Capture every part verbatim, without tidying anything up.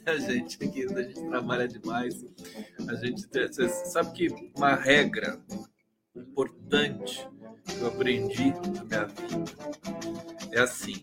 A gente aqui, a gente trabalha demais. A gente tem, você sabe que uma regra importante que eu aprendi na minha vida é assim: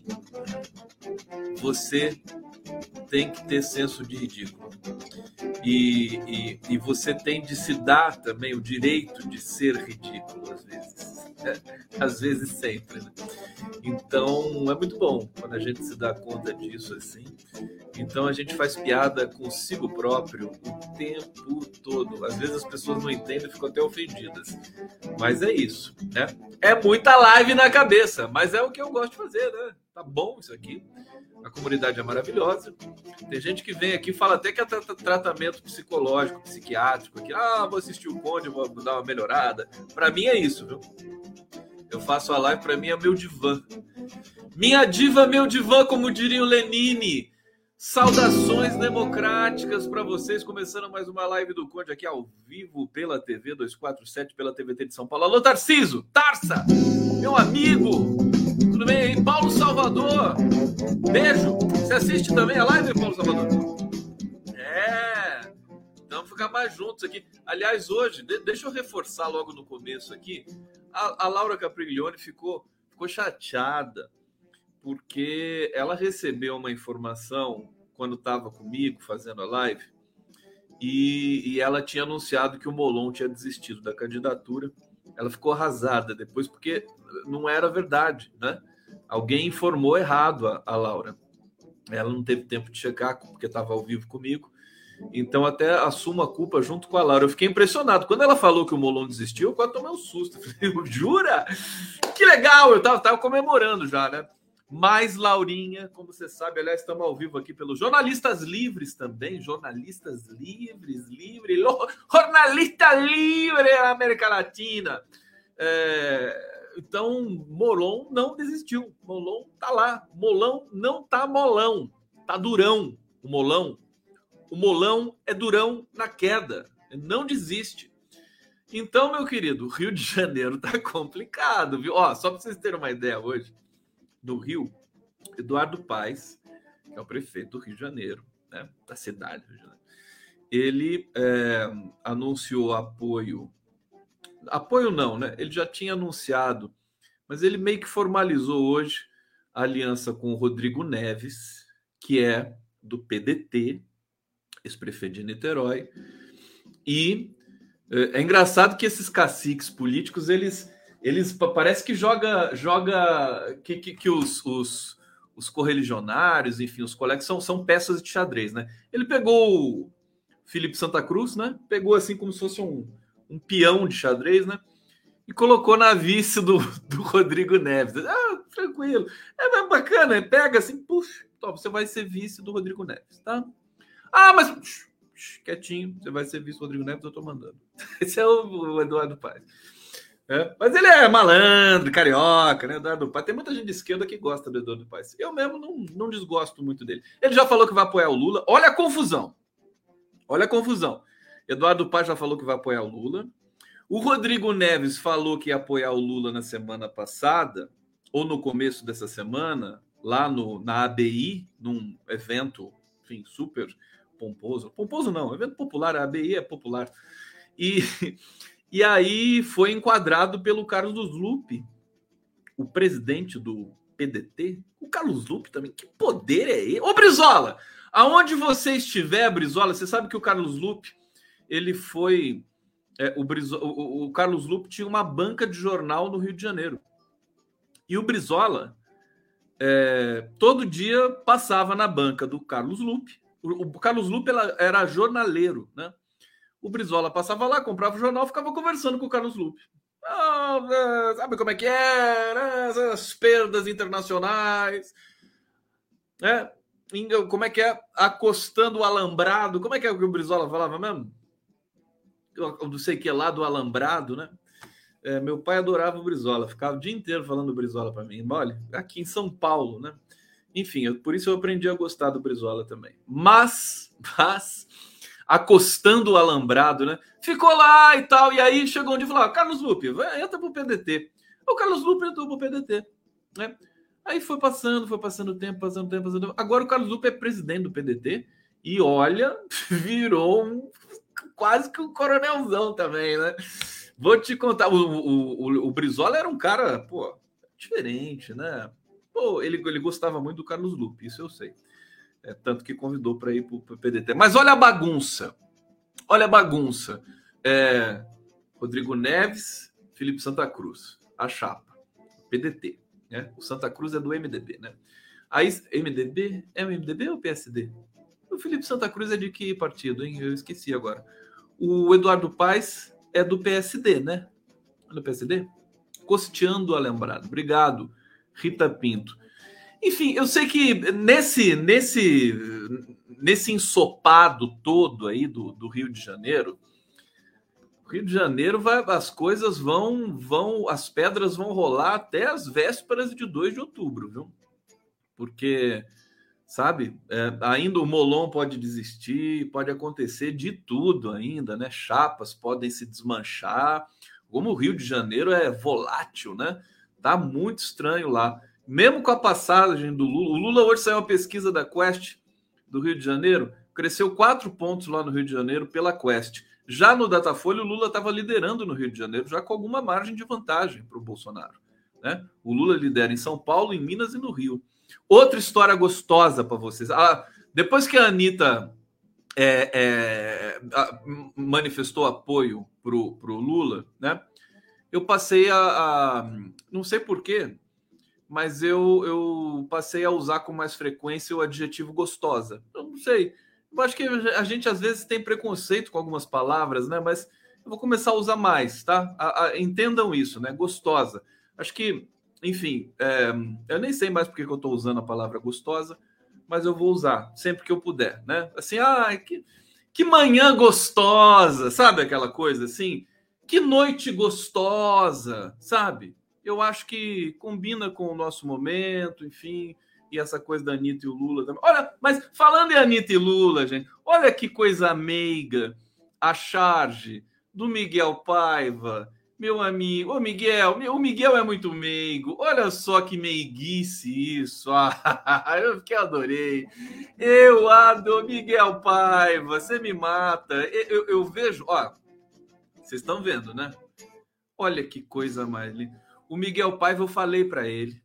você tem que ter senso de ridículo. E, e, e você tem de se dar também o direito de ser ridículo, às vezes. É, às vezes sempre, né? Então, é muito bom quando a gente se dá conta disso assim. Então, a gente faz piada consigo próprio o tempo todo. Às vezes as pessoas não entendem e ficam até ofendidas. Mas é isso, né? É muita live na cabeça, mas é o que eu gosto de fazer, né? Tá bom isso aqui. A comunidade é maravilhosa. Tem gente que vem aqui e fala até que é tra- tratamento psicológico, psiquiátrico. Aqui. Ah, vou assistir o Conde, vou dar uma melhorada. Para mim é isso, viu? Eu faço a live, para mim é meu divã. Minha diva, meu divã, como diria o Lenine. Saudações democráticas para vocês. Começando mais uma live do Conde aqui ao vivo pela T V duzentos e quarenta e sete, pela T V T de São Paulo. Alô, Tarciso, Tarsa, meu amigo. Tudo bem aí? Paulo Salvador. Beijo. Você assiste também a live, Paulo Salvador? É. Vamos ficar mais juntos aqui. Aliás, hoje, de, deixa eu reforçar logo no começo aqui. A, a Laura Capriglione ficou, ficou chateada porque ela recebeu uma informação quando estava comigo fazendo a live e, e ela tinha anunciado que o Molon tinha desistido da candidatura. Ela ficou arrasada depois porque não era verdade, né? Alguém informou errado a, a Laura. Ela não teve tempo de checar porque estava ao vivo comigo. Então até assumo a culpa junto com a Laura. Eu fiquei impressionado. Quando ela falou que o Molon desistiu, eu quase tomei um susto. Eu falei, jura? Que legal! Eu tava, tava comemorando já, né? Mas, Laurinha, como você sabe, aliás, estamos ao vivo aqui pelos Jornalistas Livres também. Jornalistas Livres, livre, jornalista livre na América Latina. É, então, Molon não desistiu. Molon tá lá. Molão não tá molão. Tá durão. O Molão. O Molão é durão na queda. Não desiste. Então, meu querido, o Rio de Janeiro tá complicado, viu? Ó, só para vocês terem uma ideia hoje, do Rio, Eduardo Paes, que é o prefeito do Rio de Janeiro, né, da cidade do Rio de Janeiro, ele é, anunciou apoio, apoio não, né? Ele já tinha anunciado, mas ele meio que formalizou hoje a aliança com o Rodrigo Neves, que é do P D T, ex-prefeito de Niterói, e é, é engraçado que esses caciques políticos, eles Eles parece que joga, joga que, que, que os, os, os correligionários, enfim, os colegas são, são peças de xadrez, né? Ele pegou o Felipe Santa Cruz, né? Pegou assim como se fosse um, um peão de xadrez, né? E colocou na vice do, do Rodrigo Neves. Ah, tranquilo. É bacana, pega assim, puxa, top, você vai ser vice do Rodrigo Neves, tá? Ah, mas pux, pux, quietinho, você vai ser vice do Rodrigo Neves, eu tô mandando. Esse é o, o Eduardo Paes. É, mas ele é malandro, carioca, né? Eduardo Paes. Tem muita gente de esquerda que gosta do Eduardo Paes. Eu mesmo não, não desgosto muito dele. Ele já falou que vai apoiar o Lula. Olha a confusão. Olha a confusão. Eduardo Paes já falou que vai apoiar o Lula. O Rodrigo Neves falou que ia apoiar o Lula na semana passada, ou no começo dessa semana, lá no, na A B I, num evento, enfim, super pomposo. Pomposo não, evento popular, a A B I é popular. E... E aí foi enquadrado pelo Carlos Lupe, o presidente do P D T. O Carlos Lupe também, que poder é ele? Ô, Brizola, aonde você estiver, Brizola, você sabe que o Carlos Lupe, ele foi... É, o, Brizola, o, o Carlos Lupe tinha uma banca de jornal no Rio de Janeiro. E o Brizola, é, todo dia passava na banca do Carlos Lupe. O, o Carlos Lupe era, era jornaleiro, né? O Brizola passava lá, comprava o jornal, ficava conversando com o Carlos Lupe. Ah, sabe como é que é? Né? As perdas internacionais. Né? Como é que é? Acostando o alambrado. Como é que é o que o Brizola falava mesmo? Eu não sei o que é lá do alambrado, né? É, meu pai adorava o Brizola, ficava o dia inteiro falando do Brizola para mim. Olha, aqui em São Paulo, né? Enfim, eu, por isso eu aprendi a gostar do Brizola também. Mas, mas... acostando o alambrado, né? Ficou lá e tal, e aí chegou um dia e falou, ah, Carlos Lupe, vai, entra pro P D T. O Carlos Lupe entrou pro P D T, né? Aí foi passando, foi passando o tempo, passando o tempo, passando o tempo. Agora o Carlos Lupe é presidente do P D T E olha, virou um, quase que um coronelzão também, né? Vou te contar, o, o, o, o Brizola era um cara, pô, diferente, né? Pô, ele, ele gostava muito do Carlos Lupe, isso eu sei. É, tanto que convidou para ir para o P D T. Mas olha a bagunça. Olha a bagunça. É, Rodrigo Neves, Felipe Santa Cruz, a chapa. P D T. Né? O Santa Cruz é do M D B, né? Aí, M D B? É o M D B ou P S D? O Felipe Santa Cruz é de que partido, hein? Eu esqueci agora. O Eduardo Paes é do P S D, né? É do P S D? Costeando a lembrada. Obrigado, Rita Pinto. Enfim, eu sei que nesse nesse nesse ensopado todo aí do, do Rio de Janeiro, Rio de Janeiro vai, as coisas vão vão as pedras vão rolar até as vésperas de dois de outubro, viu? Porque, sabe, é, ainda o Molon pode desistir, pode acontecer de tudo ainda, né? Chapas podem se desmanchar. Como o Rio de Janeiro é volátil, né? Tá muito estranho lá. Mesmo com a passagem do Lula, o Lula hoje saiu uma pesquisa da Quest do Rio de Janeiro, cresceu quatro pontos lá no Rio de Janeiro pela Quest. Já no Datafolha, o Lula estava liderando no Rio de Janeiro, já com alguma margem de vantagem para o Bolsonaro. Né? O Lula lidera em São Paulo, em Minas e no Rio. Outra história gostosa para vocês. Ah, depois que a Anitta é, é, manifestou apoio para o Lula, né? Eu passei a, a não sei porquê, mas eu, eu passei a usar com mais frequência o adjetivo gostosa. Eu não sei. Eu acho que a gente às vezes tem preconceito com algumas palavras, né? Mas eu vou começar a usar mais, tá? A, a, entendam isso, né? Gostosa. Acho que, enfim, é, eu nem sei mais porque que eu estou usando a palavra gostosa, mas eu vou usar sempre que eu puder, né? Assim, ah, que, que manhã gostosa, sabe aquela coisa assim? Que noite gostosa, sabe? Eu acho que combina com o nosso momento, enfim, e essa coisa da Anitta e o Lula também. Olha, mas falando em Anitta e Lula, gente, olha que coisa meiga a charge do Miguel Paiva, meu amigo. Ô, Miguel, o Miguel é muito meigo. Olha só que meiguice isso. Ah, eu que adorei. Eu adoro Miguel Paiva, você me mata. Eu, eu, eu vejo, ó, vocês estão vendo, né? Olha que coisa mais linda. O Miguel Paiva, eu falei para ele,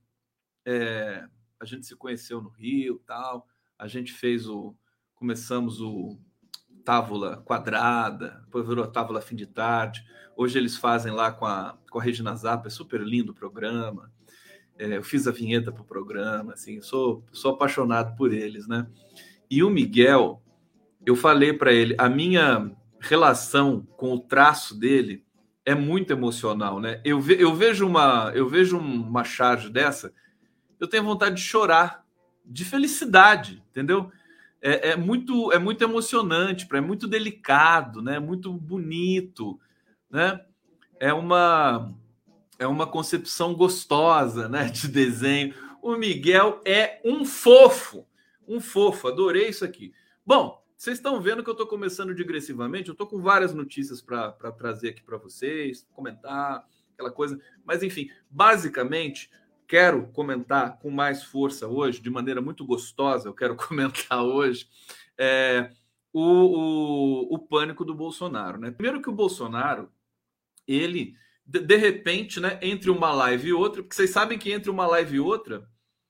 é, a gente se conheceu no Rio, tal, a gente fez o, começamos o Távola Quadrada, depois virou Távola Fim de Tarde, hoje eles fazem lá com a, com a Regina Zappa, é super lindo o programa, é, eu fiz a vinheta para o programa, assim, sou, sou apaixonado por eles, né? E o Miguel, eu falei para ele, a minha relação com o traço dele é muito emocional, né? Eu, ve, eu vejo uma eu vejo uma charge dessa, eu tenho vontade de chorar, de felicidade, entendeu? É, é muito é muito emocionante, é muito delicado, né? Muito bonito, né? É uma é uma concepção gostosa, né? De desenho. O Miguel é um fofo, um fofo. Adorei isso aqui. Bom. Vocês estão vendo que eu estou começando digressivamente, eu estou com várias notícias para trazer aqui para vocês, comentar, aquela coisa. Mas, enfim, basicamente, quero comentar com mais força hoje, de maneira muito gostosa, eu quero comentar hoje, é, o, o, o pânico do Bolsonaro. Né? Primeiro que o Bolsonaro, ele, de, de repente, né, entre uma live e outra, porque vocês sabem que entre uma live e outra,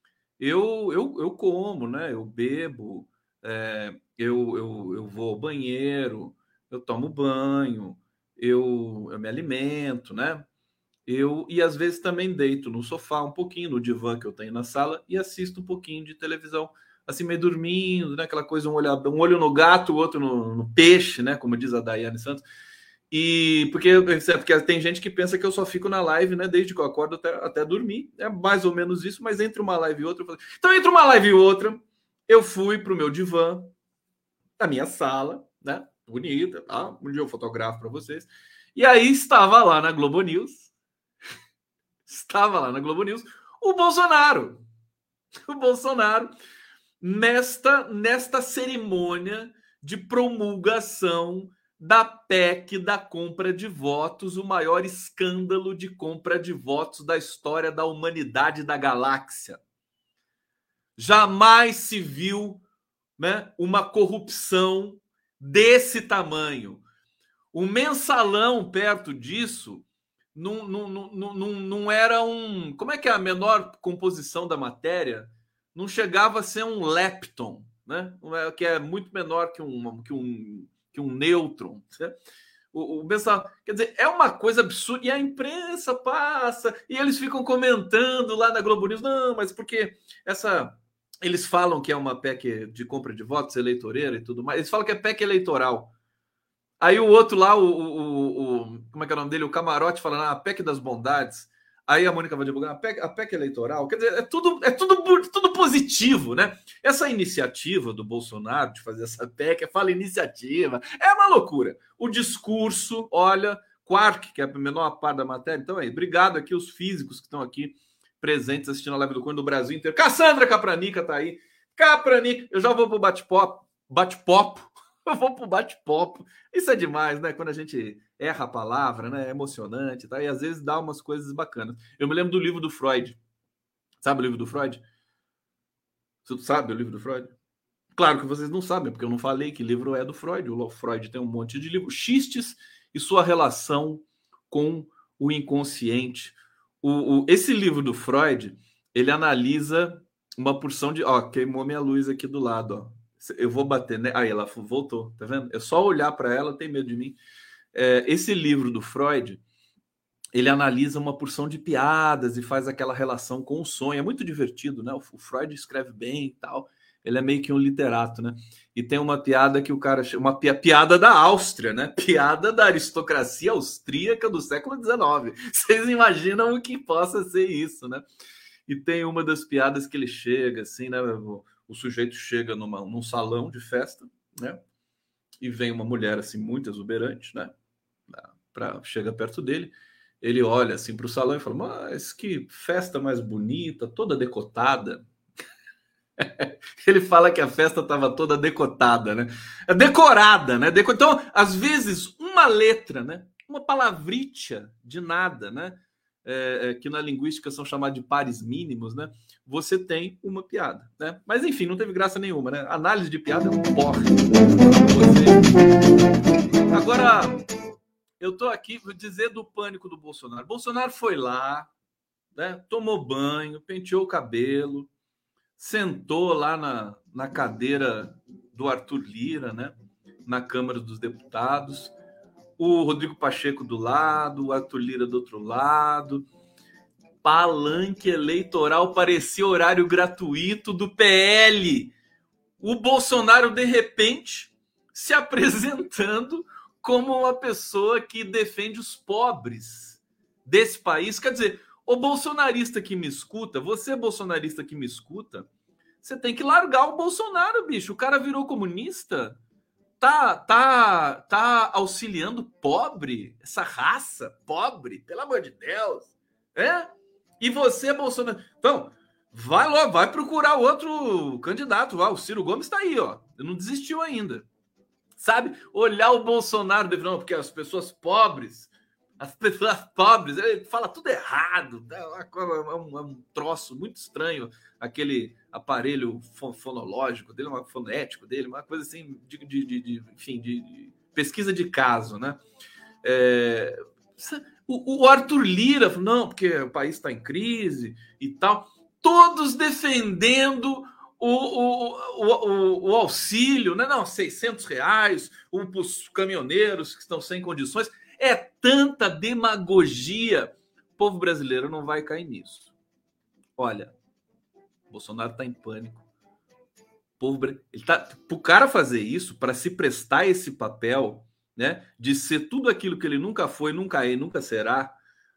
eu, eu, eu como, né? Eu bebo, é, eu, eu, eu vou ao banheiro, eu tomo banho, eu, eu me alimento, né? Eu, e às vezes também deito no sofá um pouquinho, no divã que eu tenho na sala, e assisto um pouquinho de televisão, assim, meio dormindo, né? Aquela coisa, um olho, um olho no gato, o outro no, no peixe, né? Como diz a Daiane Santos. E porque, porque tem gente que pensa que eu só fico na live, né? Desde que eu acordo até, até dormir. É mais ou menos isso, mas entre uma live e outra. Eu falei... Então, entre uma live e outra, eu fui pro meu divã, na minha sala, né? Bonita, tá? Um dia eu fotografo para vocês. E aí estava lá na Globo News, estava lá na Globo News, o Bolsonaro. O Bolsonaro, nesta, nesta cerimônia de promulgação da P E C da compra de votos, o maior escândalo de compra de votos da história da humanidade da galáxia. Jamais se viu né, uma corrupção desse tamanho. O mensalão perto disso não, não, não, não, não era um... Como é que é a menor composição da matéria? Não chegava a ser um lepton, né? Que é muito menor que um, que um, que um nêutron. Né? O, o mensalão, quer dizer, é uma coisa absurda. E a imprensa passa, e eles ficam comentando lá na Globo News. Não, mas porque essa... Eles falam que é uma P E C de compra de votos, eleitoreira e tudo mais. Eles falam que é P E C eleitoral. Aí o outro lá, o, o, o como é que é o nome dele? O Camarote falando, ah, a P E C das bondades. Aí a Mônica vai divulgar a P E C, a P E C eleitoral. Quer dizer, é tudo, é tudo, tudo positivo, né? Essa iniciativa do Bolsonaro de fazer essa P E C, fala iniciativa, é uma loucura. O discurso, olha, Quark, que é a menor parte da matéria. Então aí, obrigado aqui os físicos que estão aqui presentes assistindo a live do Cunha do Brasil inteiro. Cassandra Capranica tá aí. Capranica, eu já vou pro bate-pop, bate-pop. Eu vou pro bate-pop. Isso é demais, né? Quando a gente erra a palavra, né? É emocionante, tá? E às vezes dá umas coisas bacanas. Eu me lembro do livro do Freud. Sabe o livro do Freud? Você sabe o livro do Freud? Claro que vocês não sabem, porque eu não falei que livro é do Freud. O Freud tem um monte de livros. Xistes e sua relação com o inconsciente. O, o, esse livro do Freud, ele analisa uma porção de... Ó, queimou minha luz aqui do lado, ó. Eu vou bater, né? Aí ela voltou, tá vendo? É só olhar para ela, tem medo de mim. É, esse livro do Freud, ele analisa uma porção de piadas e faz aquela relação com o sonho. É muito divertido, né? O, o Freud escreve bem e tal. Ele é meio que um literato, né? E tem uma piada que o cara... Uma piada da Áustria, né? Piada da aristocracia austríaca do século dezenove. Vocês imaginam o que possa ser isso, né? E tem uma das piadas que ele chega, assim, né? O, o sujeito chega numa, num salão de festa, né? E vem uma mulher, assim, muito exuberante, né? Pra, chega perto dele, ele olha, assim, para o salão e fala, mas que festa mais bonita, toda decotada. Ele fala que a festa estava toda decotada, né? Decorada, né? Deco... Então, às vezes, uma letra, né? Uma palavritia de nada, né? É, é, que na linguística são chamados de pares mínimos, né? Você tem uma piada, né? Mas enfim, não teve graça nenhuma, né? Análise de piada é um porre. Você... Agora, eu tô aqui, vou dizer do pânico do Bolsonaro. Bolsonaro foi lá, né? Tomou banho, penteou o cabelo, sentou lá na, na cadeira do Arthur Lira, né? Na Câmara dos Deputados. O Rodrigo Pacheco do lado, o Arthur Lira do outro lado. Palanque eleitoral parecia horário gratuito do P L. O Bolsonaro, de repente, se apresentando como uma pessoa que defende os pobres desse país. Quer dizer, o bolsonarista que me escuta, você bolsonarista que me escuta, você tem que largar o Bolsonaro, bicho. O cara virou comunista. Tá, tá, tá auxiliando pobre, essa raça pobre, pelo amor de Deus. É? E você, Bolsonaro... Então, vai logo, vai procurar outro candidato. Ó, o Ciro Gomes tá aí, ó. Não desistiu ainda. Sabe? Olhar o Bolsonaro, não, porque as pessoas pobres, as pessoas pobres, ele fala tudo errado. É um, é um troço muito estranho, aquele aparelho fonológico dele, uma fonético dele, uma coisa assim, de, de, de, de enfim, de, de pesquisa de caso, né? É, o, o Arthur Lira, não, porque o país está em crise e tal, todos defendendo o, o, o, o auxílio, né? Não, seiscentos reais, os caminhoneiros que estão sem condições. É tanta demagogia. O povo brasileiro não vai cair nisso. Olha, Bolsonaro está em pânico. O povo, ele tá, para o cara fazer isso, para se prestar esse papel, né, de ser tudo aquilo que ele nunca foi, nunca é, nunca será,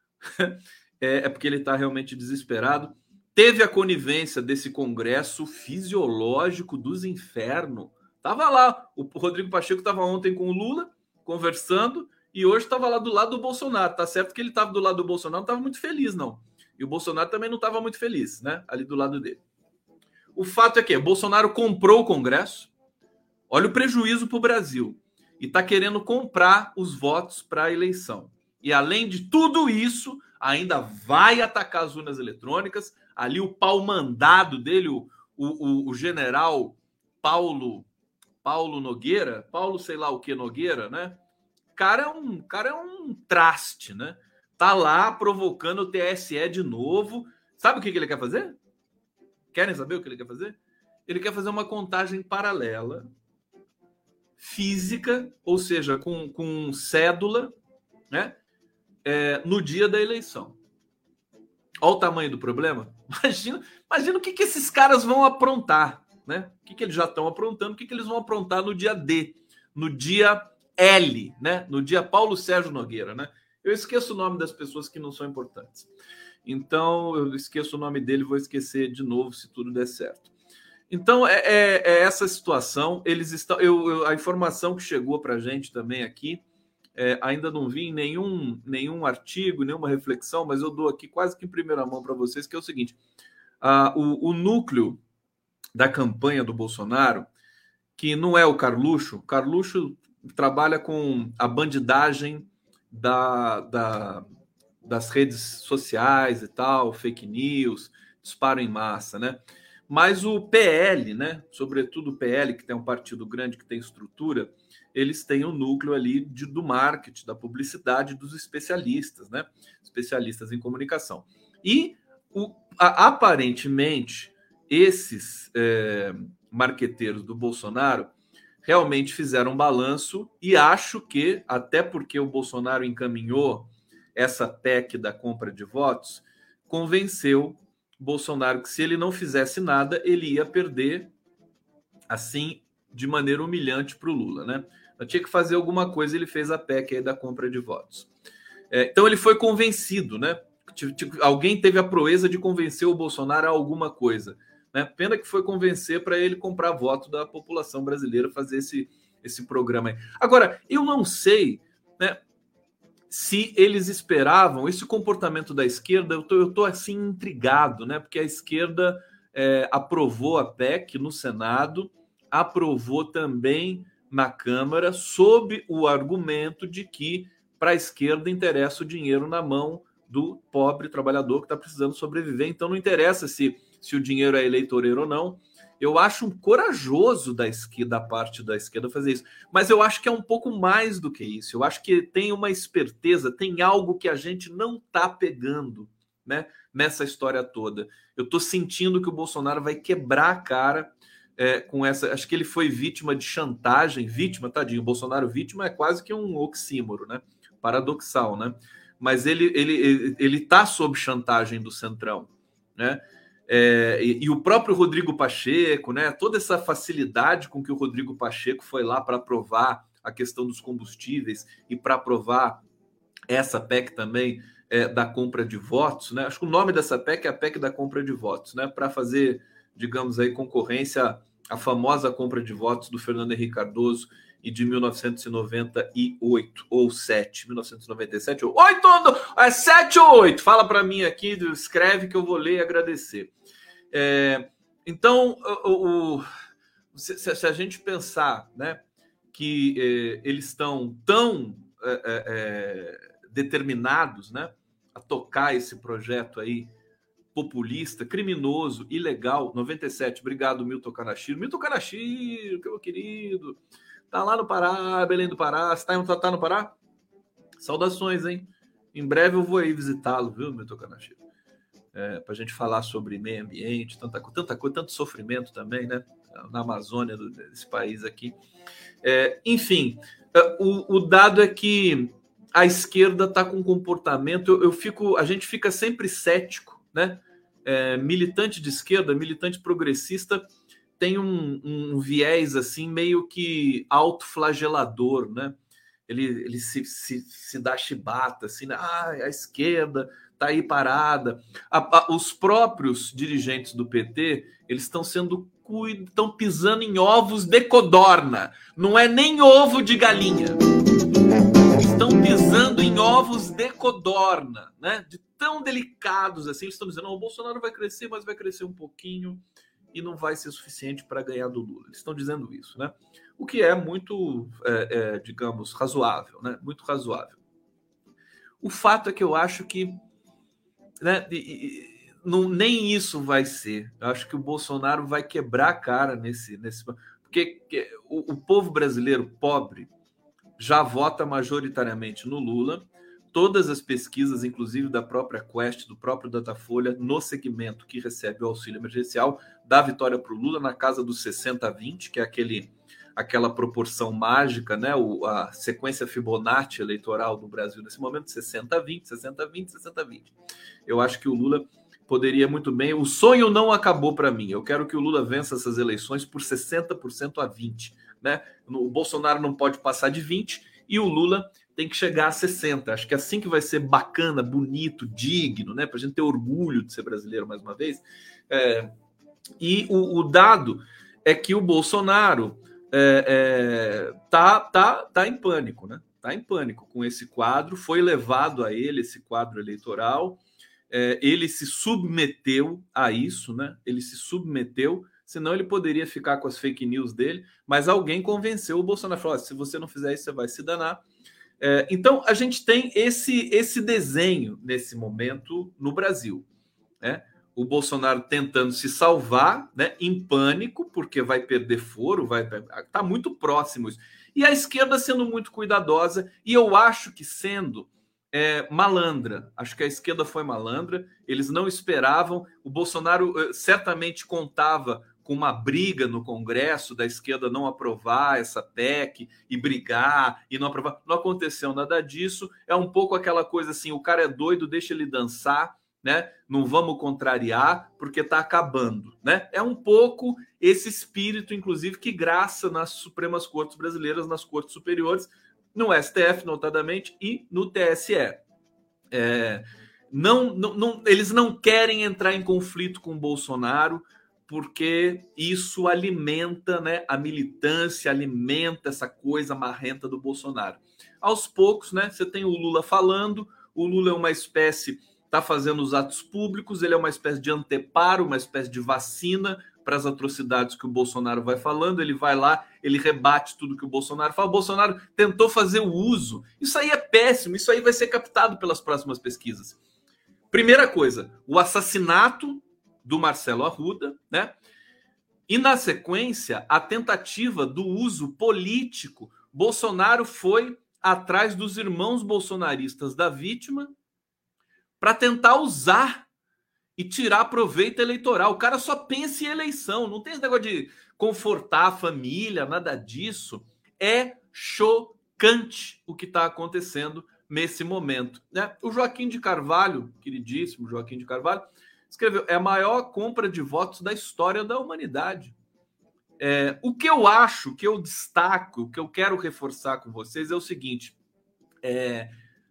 é, é porque ele está realmente desesperado. Teve a conivência desse congresso fisiológico dos infernos. Tava lá, o Rodrigo Pacheco estava ontem com o Lula conversando e hoje estava lá do lado do Bolsonaro. Tá certo que ele estava do lado do Bolsonaro, não estava muito feliz, não. E o Bolsonaro também não estava muito feliz, né? Ali do lado dele. O fato é que o Bolsonaro comprou o Congresso. Olha o prejuízo para o Brasil. E está querendo comprar os votos para a eleição. E além de tudo isso, ainda vai atacar as urnas eletrônicas. Ali o pau mandado dele, o, o, o general Paulo Paulo Nogueira, Paulo sei lá o que Nogueira, né? Cara é um cara é um traste, né? Tá lá provocando o T S E de novo. Sabe o que, que ele quer fazer? Querem saber o que ele quer fazer? Ele quer fazer uma contagem paralela, física, ou seja, com, com cédula, né? É, no dia da eleição. Olha o tamanho do problema. Imagina, imagina o que, que esses caras vão aprontar, né? O que, que eles já estão aprontando, o que, que eles vão aprontar no dia D, no dia L, né? No dia Paulo Sérgio Nogueira, né? Eu esqueço o nome das pessoas que não são importantes. Então, eu esqueço o nome dele, vou esquecer de novo se tudo der certo. Então, é, é, é essa situação. Eles estão. Eu, eu, a informação que chegou para a gente também aqui, é, ainda não vi em nenhum, nenhum artigo, nenhuma reflexão, mas eu dou aqui quase que em primeira mão para vocês, que é o seguinte: ah, o, o núcleo da campanha do Bolsonaro, que não é o Carluxo, o Carluxo trabalha com a bandidagem da, da, das redes sociais e tal, fake news, disparo em massa, né? Mas o P L, né? Sobretudo o P L, que tem um partido grande, que tem estrutura, eles têm um núcleo ali de, do marketing, da publicidade, dos especialistas, né? Especialistas em comunicação. E, o, a, aparentemente, esses é, marqueteiros do Bolsonaro realmente fizeram um balanço e acho que, até porque o Bolsonaro encaminhou essa P E C da compra de votos, convenceu Bolsonaro que se ele não fizesse nada, ele ia perder assim de maneira humilhante para o Lula, né? Eu tinha que fazer alguma coisa, ele fez a P E C aí da compra de votos. É, então ele foi convencido, né? Alguém teve a proeza de convencer o Bolsonaro a alguma coisa, né? Pena que foi convencer para ele comprar voto da população brasileira, fazer esse, esse programa aí. Agora, eu não sei, né, se eles esperavam esse comportamento da esquerda. Eu tô, eu tô assim intrigado, né? Porque a esquerda é, aprovou a P E C no Senado, aprovou também na Câmara, sob o argumento de que para a esquerda interessa o dinheiro na mão do pobre trabalhador que está precisando sobreviver. Então não interessa se, se o dinheiro é eleitoreiro ou não. Eu acho um corajoso da esquerda, da parte da esquerda fazer isso, mas eu acho que é um pouco mais do que isso. Eu acho que tem uma esperteza, tem algo que a gente não está pegando, né, nessa história toda. Eu estou sentindo que o Bolsonaro vai quebrar a cara é, com essa. Acho que ele foi vítima de chantagem, vítima, tadinho. O Bolsonaro vítima é quase que um oxímoro, né? Paradoxal, né? Mas ele ele ele está sob chantagem do Centrão, né? É, e, e o próprio Rodrigo Pacheco, né? Toda essa facilidade com que o Rodrigo Pacheco foi lá para aprovar a questão dos combustíveis e para aprovar essa P E C também é, da compra de votos, né? Acho que o nome dessa P E C é a P E C da compra de votos, né? Para fazer, digamos aí, concorrência à famosa compra de votos do Fernando Henrique Cardoso e de mil novecentos e noventa e oito ou sete, mil novecentos e noventa e sete ou oito, é sete ou oito. Fala para mim aqui, escreve que eu vou ler e agradecer. É, então, o, o, se, se a gente pensar, né, que é, eles estão tão é, é, determinados, né, a tocar esse projeto aí populista, criminoso, ilegal, noventa e sete, obrigado, Milton Kanashiro. Milton Kanashiro, meu querido, tá lá no Pará, Belém do Pará. Você tá, tá no Pará? Saudações, hein? Em breve eu vou aí visitá-lo, viu, Milton Kanashiro? É, para a gente falar sobre meio ambiente, tanta, tanta coisa, tanto sofrimento também, né? Na Amazônia do, desse país aqui. É, enfim, o, o dado é que a esquerda está com um comportamento. Eu, eu fico, a gente fica sempre cético, né? É, militante de esquerda, militante progressista, tem um, um viés assim meio que autoflagelador, né? Ele, ele se, se, se dá chibata, assim, né? Ah, a esquerda está aí parada. A, a, os próprios dirigentes do P T, eles estão sendo estão pisando em ovos de codorna. Não é nem ovo de galinha. Estão pisando em ovos de codorna, né? De tão delicados assim. Eles estão dizendo, oh, o Bolsonaro vai crescer, mas vai crescer um pouquinho e não vai ser suficiente para ganhar do Lula. Eles estão dizendo isso, né? O que é muito, é, é, digamos, razoável, né? Muito razoável. O fato é que eu acho que, né, e, e, não, nem isso vai ser. Eu acho que o Bolsonaro vai quebrar a cara nesse, nesse... porque o, o povo brasileiro pobre já vota majoritariamente no Lula. Todas as pesquisas, inclusive da própria Quest, do próprio Datafolha, no segmento que recebe o auxílio emergencial, dá vitória para o Lula na casa dos sessenta a vinte, que é aquele, aquela proporção mágica, né? O, a sequência Fibonacci eleitoral do Brasil nesse momento, sessenta a vinte, sessenta a vinte, sessenta a vinte. Eu acho que o Lula poderia muito bem... O sonho não acabou para mim. Eu quero que o Lula vença essas eleições por sessenta por cento a vinte por cento. Né? O Bolsonaro não pode passar de vinte por cento e o Lula tem que chegar a sessenta por cento. Acho que é assim que vai ser bacana, bonito, digno, né? Para a gente ter orgulho de ser brasileiro mais uma vez. É... E o, o dado é que o Bolsonaro é, é, tá, tá, tá em pânico, né? Tá em pânico com esse quadro. Foi levado a ele esse quadro eleitoral. É, ele se submeteu a isso, né? Ele se submeteu. Senão ele poderia ficar com as fake news dele, mas alguém convenceu o Bolsonaro, falou, se você não fizer isso, você vai se danar. É, então, a gente tem esse, esse desenho nesse momento no Brasil. Né? O Bolsonaro tentando se salvar, né, em pânico, porque vai perder foro, vai tá muito próximo isso. E a esquerda sendo muito cuidadosa, e eu acho que sendo é, malandra. Acho que a esquerda foi malandra, eles não esperavam. O Bolsonaro uh, certamente contava com uma briga no Congresso da esquerda não aprovar essa P E C e brigar e não aprovar. Não aconteceu nada disso. É um pouco aquela coisa assim, o cara é doido, deixa ele dançar, né? Não vamos contrariar porque está acabando, né? É um pouco esse espírito, inclusive, que graça nas Supremas Cortes brasileiras, nas Cortes Superiores, no S T F, notadamente, e no T S E. É, não, não, não, eles não querem entrar em conflito com o Bolsonaro, porque isso alimenta, né, a militância, alimenta essa coisa marrenta do Bolsonaro. Aos poucos, né, você tem o Lula falando, o Lula é uma espécie, está fazendo os atos públicos, ele é uma espécie de anteparo, uma espécie de vacina para as atrocidades que o Bolsonaro vai falando, ele vai lá, ele rebate tudo que o Bolsonaro fala, o Bolsonaro tentou fazer o uso. Isso aí é péssimo, isso aí vai ser captado pelas próximas pesquisas. Primeira coisa, o assassinato do Marcelo Arruda, né? E na sequência, a tentativa do uso político. Bolsonaro foi atrás dos irmãos bolsonaristas da vítima para tentar usar e tirar proveito eleitoral. O cara só pensa em eleição, não tem esse negócio de confortar a família, nada disso. É chocante o que está acontecendo nesse momento, né? O Joaquim de Carvalho, queridíssimo Joaquim de Carvalho, escreveu, é a maior compra de votos da história da humanidade. É, o que eu acho, o que eu destaco, o que eu quero reforçar com vocês é o seguinte, é,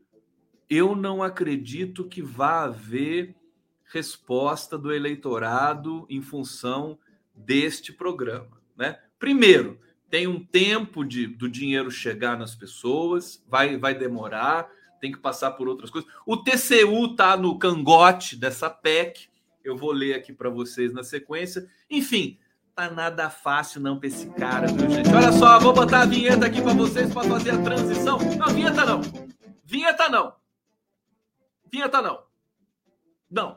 eu não acredito que vá haver resposta do eleitorado em função deste programa, né? Primeiro, tem um tempo de, do dinheiro chegar nas pessoas, vai, vai demorar, tem que passar por outras coisas. O T C U está no cangote dessa P E C, eu vou ler aqui para vocês na sequência. Enfim, tá nada fácil não para esse cara, viu, gente? Olha só, vou botar a vinheta aqui para vocês para fazer a transição. Não, vinheta não. Vinheta não. Vinheta não. Não.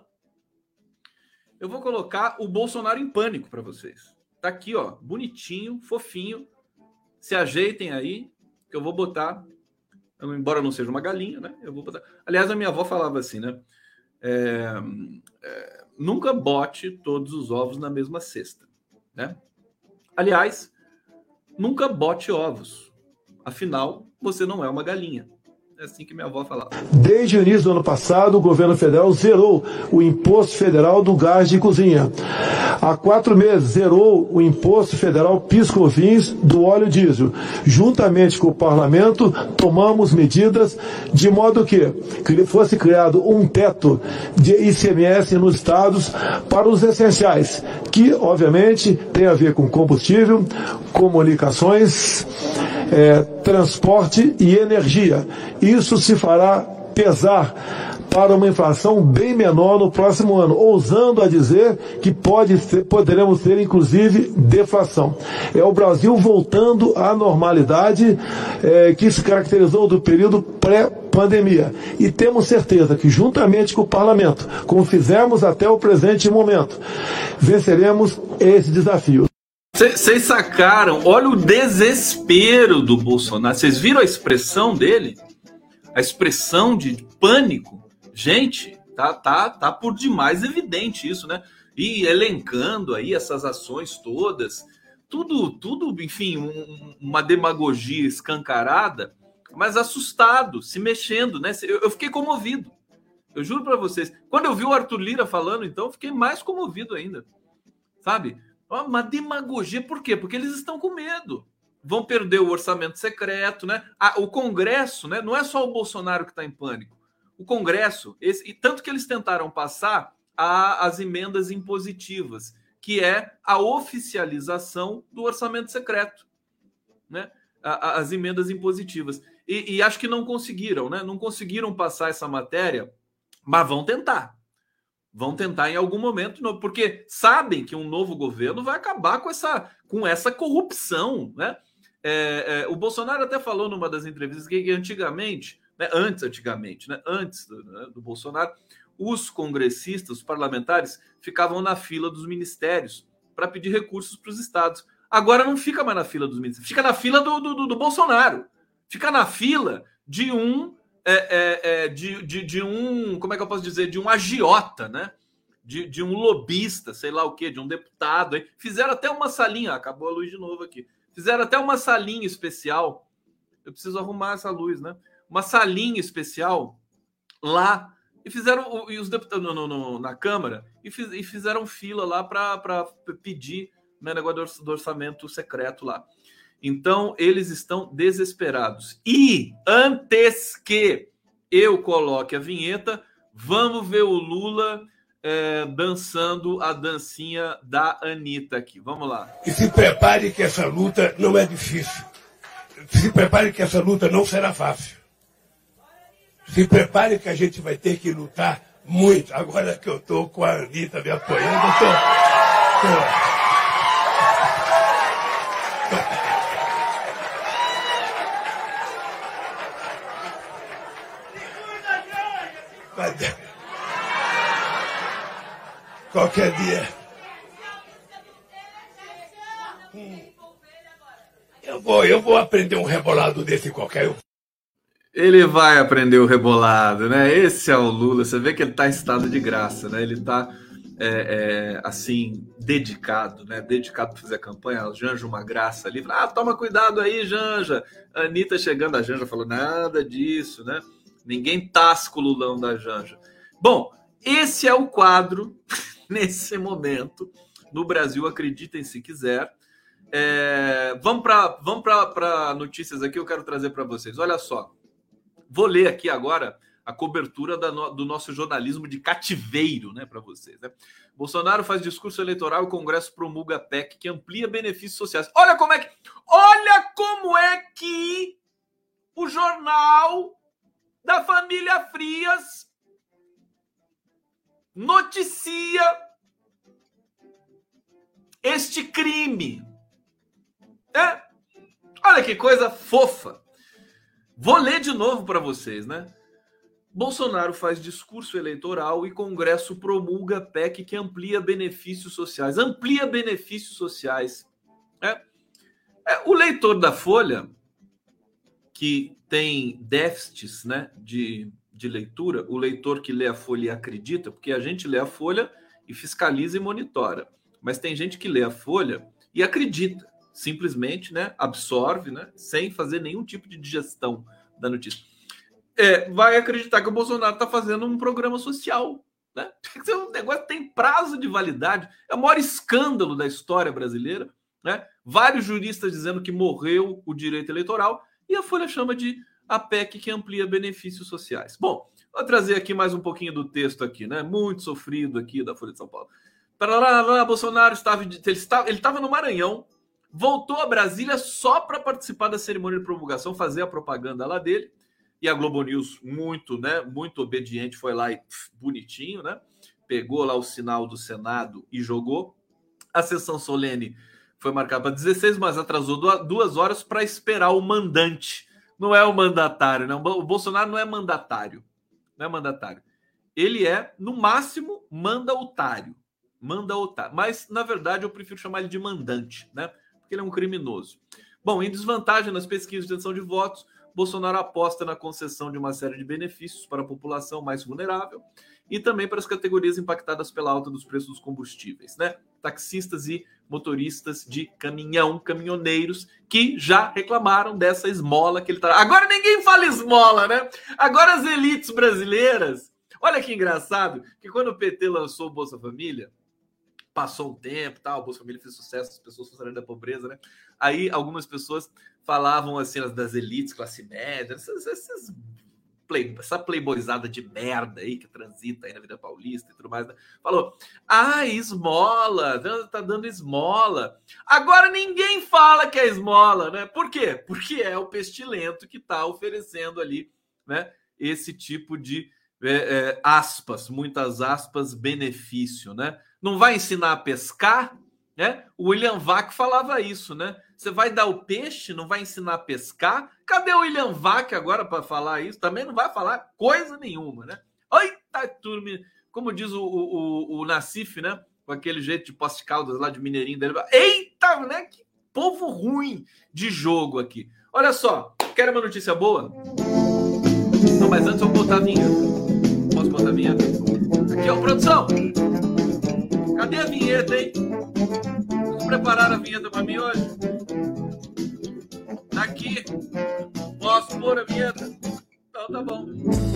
Eu vou colocar o Bolsonaro em pânico para vocês. Tá aqui, ó, bonitinho, fofinho. Se ajeitem aí, que eu vou botar, embora não seja uma galinha, né? Eu vou botar. Aliás, a minha avó falava assim, né? É, é, nunca bote todos os ovos na mesma cesta, né? Aliás, nunca bote ovos. Afinal, você não é uma galinha. É assim que minha avó falava. Desde o início do ano passado, o governo federal zerou o imposto federal do gás de cozinha. Há quatro meses, zerou o imposto federal PIS/COFINS do óleo diesel. Juntamente com o parlamento, tomamos medidas de modo que fosse criado um teto de I C M S nos estados para os essenciais, que, obviamente, tem a ver com combustível, comunicações, é, transporte e energia. Isso se fará pesar para uma inflação bem menor no próximo ano, ousando a dizer que pode ser, poderemos ter, inclusive, deflação. É o Brasil voltando à normalidade é, que se caracterizou do período pré-pandemia. E temos certeza que, juntamente com o parlamento, como fizemos até o presente momento, venceremos esse desafio. Vocês sacaram? Olha o desespero do Bolsonaro. Vocês viram a expressão dele? A expressão de pânico? Gente, tá, tá, tá por demais evidente isso, né? E elencando aí essas ações todas, tudo, tudo, enfim, um, uma demagogia escancarada, mas assustado, se mexendo, né? Eu, eu fiquei comovido. Eu juro para vocês. Quando eu vi o Arthur Lira falando, então, eu fiquei mais comovido ainda. Sabe? Uma demagogia, por quê? Porque eles estão com medo. Vão perder o orçamento secreto, né? Ah, o Congresso, né? Não é só o Bolsonaro que está em pânico. O Congresso, esse, e tanto que eles tentaram passar a, as emendas impositivas, que é a oficialização do orçamento secreto, né? A, a, as emendas impositivas. E, e acho que não conseguiram, né? Não conseguiram passar essa matéria, mas vão tentar. Vão tentar em algum momento, porque sabem que um novo governo vai acabar com essa, com essa corrupção, né? É, é, o Bolsonaro até falou numa das entrevistas que antigamente, né, antes, antigamente, né, antes do, né, do Bolsonaro, os congressistas, os parlamentares, ficavam na fila dos ministérios para pedir recursos para os estados. Agora não fica mais na fila dos ministérios, fica na fila do, do, do Bolsonaro, fica na fila de um É, é, é, de, de, de um, como é que eu posso dizer, de um agiota, né? De, de um lobista, sei lá o quê, de um deputado. Aí. Fizeram até uma salinha, acabou a luz de novo aqui. Fizeram até uma salinha especial. Eu preciso arrumar essa luz, né? Uma salinha especial lá. E fizeram, e os deputados no, no, na Câmara, e, fiz, e fizeram fila lá para pedir, né, negócio do orçamento secreto lá. Então, eles estão desesperados. E, antes que eu coloque a vinheta, vamos ver o Lula é, dançando a dancinha da Anitta aqui. Vamos lá. E se prepare que essa luta não é difícil. Se prepare que essa luta não será fácil. Se prepare que a gente vai ter que lutar muito. Agora que eu estou com a Anitta me apoiando, eu estou... Tô... Qualquer dia. Eu vou, eu vou aprender um rebolado desse qualquer. Ele vai aprender o rebolado, né? Esse é o Lula. Você vê que ele está em estado de graça, né? Ele está é, é, assim dedicado, né? Dedicado para fazer a campanha. A Janja uma graça ali. Ah, toma cuidado aí, Janja. A Anitta chegando, a Janja falou nada disso, né? Ninguém tasca o Lulão da Janja. Bom, esse é o quadro. Nesse momento, no Brasil, acreditem se quiser. É, vamos para vamos para notícias aqui, eu quero trazer para vocês. Olha só, vou ler aqui agora a cobertura da no, do nosso jornalismo de cativeiro, né, para vocês. Né? Bolsonaro faz discurso eleitoral e o Congresso promulga P E C que amplia benefícios sociais. Olha como é que, olha como é que o jornal da família Frias noticia este crime. É? Olha que coisa fofa. Vou ler de novo para vocês, né? Bolsonaro faz discurso eleitoral e Congresso promulga P E C que amplia benefícios sociais. Amplia benefícios sociais. É? É, o leitor da Folha, que tem déficits, né, de... de leitura, o leitor que lê a Folha e acredita, porque a gente lê a Folha e fiscaliza e monitora, mas tem gente que lê a Folha e acredita, simplesmente, né, absorve, né, sem fazer nenhum tipo de digestão da notícia. É, vai acreditar que o Bolsonaro está fazendo um programa social, né? O negócio tem prazo de validade, é o maior escândalo da história brasileira, né? Vários juristas dizendo que morreu o direito eleitoral e a Folha chama de a P E C que amplia benefícios sociais. Bom, vou trazer aqui mais um pouquinho do texto aqui, né? Muito sofrido aqui da Folha de São Paulo. Parará, Bolsonaro estava, ele estava, ele estava no Maranhão, voltou a Brasília só para participar da cerimônia de promulgação, fazer a propaganda lá dele. E a Globo News, muito, né? Muito obediente, foi lá e pff, bonitinho, né? Pegou lá o sinal do Senado e jogou. A sessão solene foi marcada para dezesseis, mas atrasou duas horas para esperar o mandante. Não é o mandatário, não. O Bolsonaro não é mandatário. Não é mandatário. Ele é, no máximo, mandautário. Manda otário. Mas, na verdade, eu prefiro chamar ele de mandante, né? Porque ele é um criminoso. Bom, em desvantagem nas pesquisas de intenção de votos, Bolsonaro aposta na concessão de uma série de benefícios para a população mais vulnerável e também para as categorias impactadas pela alta dos preços dos combustíveis, né? Taxistas e motoristas de caminhão, caminhoneiros, que já reclamaram dessa esmola que ele tá... Agora ninguém fala esmola, né? Agora as elites brasileiras... Olha que engraçado, que quando o P T lançou o Bolsa Família, passou um tempo, tal, o Bolsa Família fez sucesso, as pessoas funcionando da pobreza, né? Aí algumas pessoas falavam assim das elites, classe média, essas, essas play, essa playboyzada de merda aí que transita aí na vida paulista e tudo mais, né? Falou, ah, esmola, tá dando esmola. Agora ninguém fala que é esmola, né? Por quê? Porque é o pestilento que tá oferecendo ali, né? Esse tipo de É, é, aspas, muitas aspas, benefício, né? Não vai ensinar a pescar, né? O William Vac falava isso, né? Você vai dar o peixe, não vai ensinar a pescar? Cadê o William Vac agora para falar isso? Também não vai falar coisa nenhuma, né? Eita, turma, como diz o, o, o, o Nassif, né? Com aquele jeito de Poste Caldas lá de Mineirinho dele. Eita, né? Que povo ruim de jogo aqui. Olha só, quer uma notícia boa? Não, mas antes eu vou botar a vinheta. Posso botar a vinheta? Aqui, ó, produção! Cadê a vinheta, hein? Vocês prepararam a vinheta pra mim hoje? Tá aqui. Posso pôr a vinheta? Então tá bom.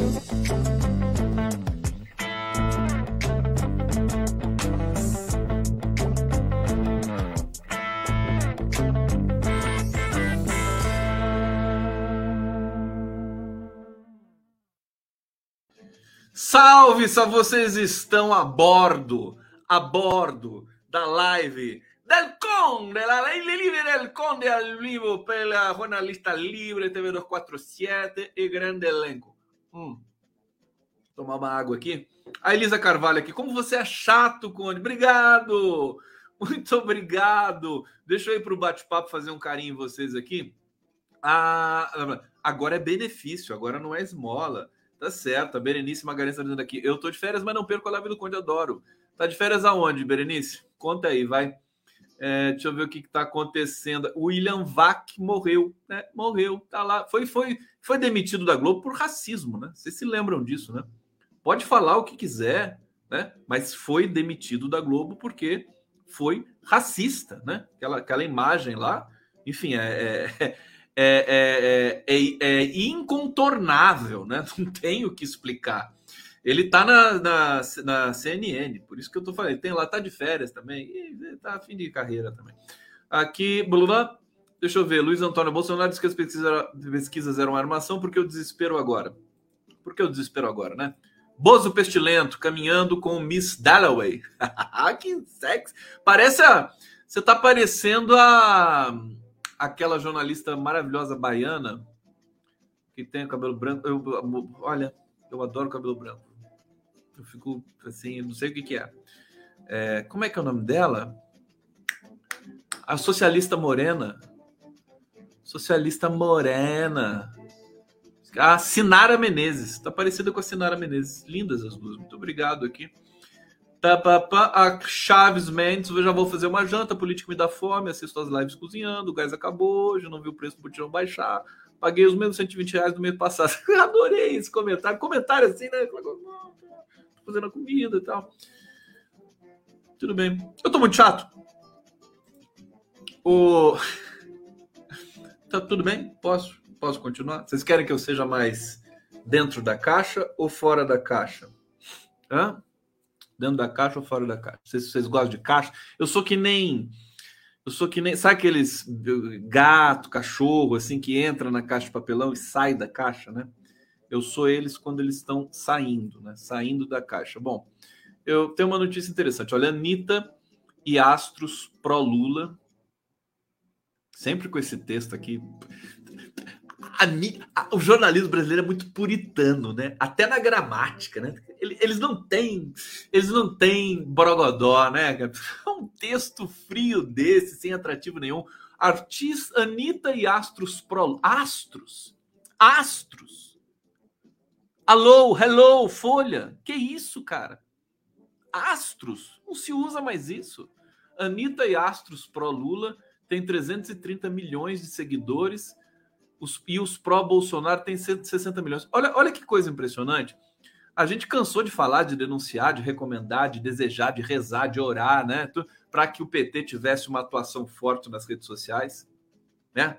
Salve, só vocês estão a bordo, a bordo da live del Conde, la live del Conde al vivo pela jornalista Libre, T V duzentos e quarenta e sete e grande elenco. Hum. Tomar uma água aqui. A Elisa Carvalho aqui, como você é chato, Conde. Obrigado, muito obrigado. Deixa eu ir para o bate-papo fazer um carinho em vocês aqui. Ah, agora é benefício, agora não é esmola. Tá certo, a Berenice Magalhães está dizendo aqui. Eu tô de férias, mas não perco a live do Conde, adoro. Tá de férias aonde, Berenice? Conta aí, vai. É, deixa eu ver o que, que tá acontecendo. O William Vac morreu, né? Morreu, tá lá. Foi, foi, foi demitido da Globo por racismo, né? Vocês se lembram disso, né? Pode falar o que quiser, né? Mas foi demitido da Globo porque foi racista, né? Aquela, aquela imagem lá, enfim, é... é É, é, é, é incontornável, né? Não tenho o que explicar. Ele tá na, na, na C N N, por isso que eu tô falando. Ele tem lá, tá de férias também, e tá a fim de carreira também. Aqui, blá, deixa eu ver. Luiz Antônio Bolsonaro disse que as pesquisas, pesquisas eram armação, porque o desespero agora. Por que o desespero agora, né? Bozo Pestilento caminhando com Miss Dalloway. Que sexy! Parece a. Você tá parecendo a. Aquela jornalista maravilhosa baiana que tem o cabelo branco. Eu, olha, eu adoro cabelo branco. Eu fico assim, não sei o que, que é. é. Como é que é o nome dela? A socialista morena. Socialista morena. A Sinara Menezes. Tá parecida com a Sinara Menezes. Lindas as duas. Muito obrigado aqui. Tá, pá, pá. A Chaves Mendes, eu já vou fazer uma janta, a política me dá fome, assisto as lives cozinhando, o gás acabou, já não vi o preço do botijão baixar, paguei os mesmos cento e vinte reais do mês passado. Adorei esse comentário, comentário assim, né? Tô fazendo a comida e tal. Tudo bem. Eu tô muito chato. O... Tá tudo bem? Posso? Posso continuar? Vocês querem que eu seja mais dentro da caixa ou fora da caixa? Hã? Dentro da caixa ou fora da caixa? Vocês, vocês gostam de caixa? Eu sou que nem... Eu sou que nem... Sabe aqueles gato, cachorro, assim, que entra na caixa de papelão e sai da caixa, né? Eu sou eles quando eles estão saindo, né? Saindo da caixa. Bom, eu tenho uma notícia interessante. Olha, Anitta e astros pró-Lula. Sempre com esse texto aqui... O jornalismo brasileiro é muito puritano, né? Até na gramática, né? Eles não têm, eles não têm borogodó, né? Um texto frio desse, sem atrativo nenhum. Artista Anitta e astros pro... Astros? Astros? Alô, hello, Folha? Que isso, cara? Astros, não se usa mais isso. Anitta e Astros pró-Lula tem trezentos e trinta milhões de seguidores, os, e os pró-Bolsonaro tem cento e sessenta milhões. Olha, olha que coisa impressionante. A gente cansou de falar, de denunciar, de recomendar, de desejar, de rezar, de orar, né? Para que o P T tivesse uma atuação forte nas redes sociais, né?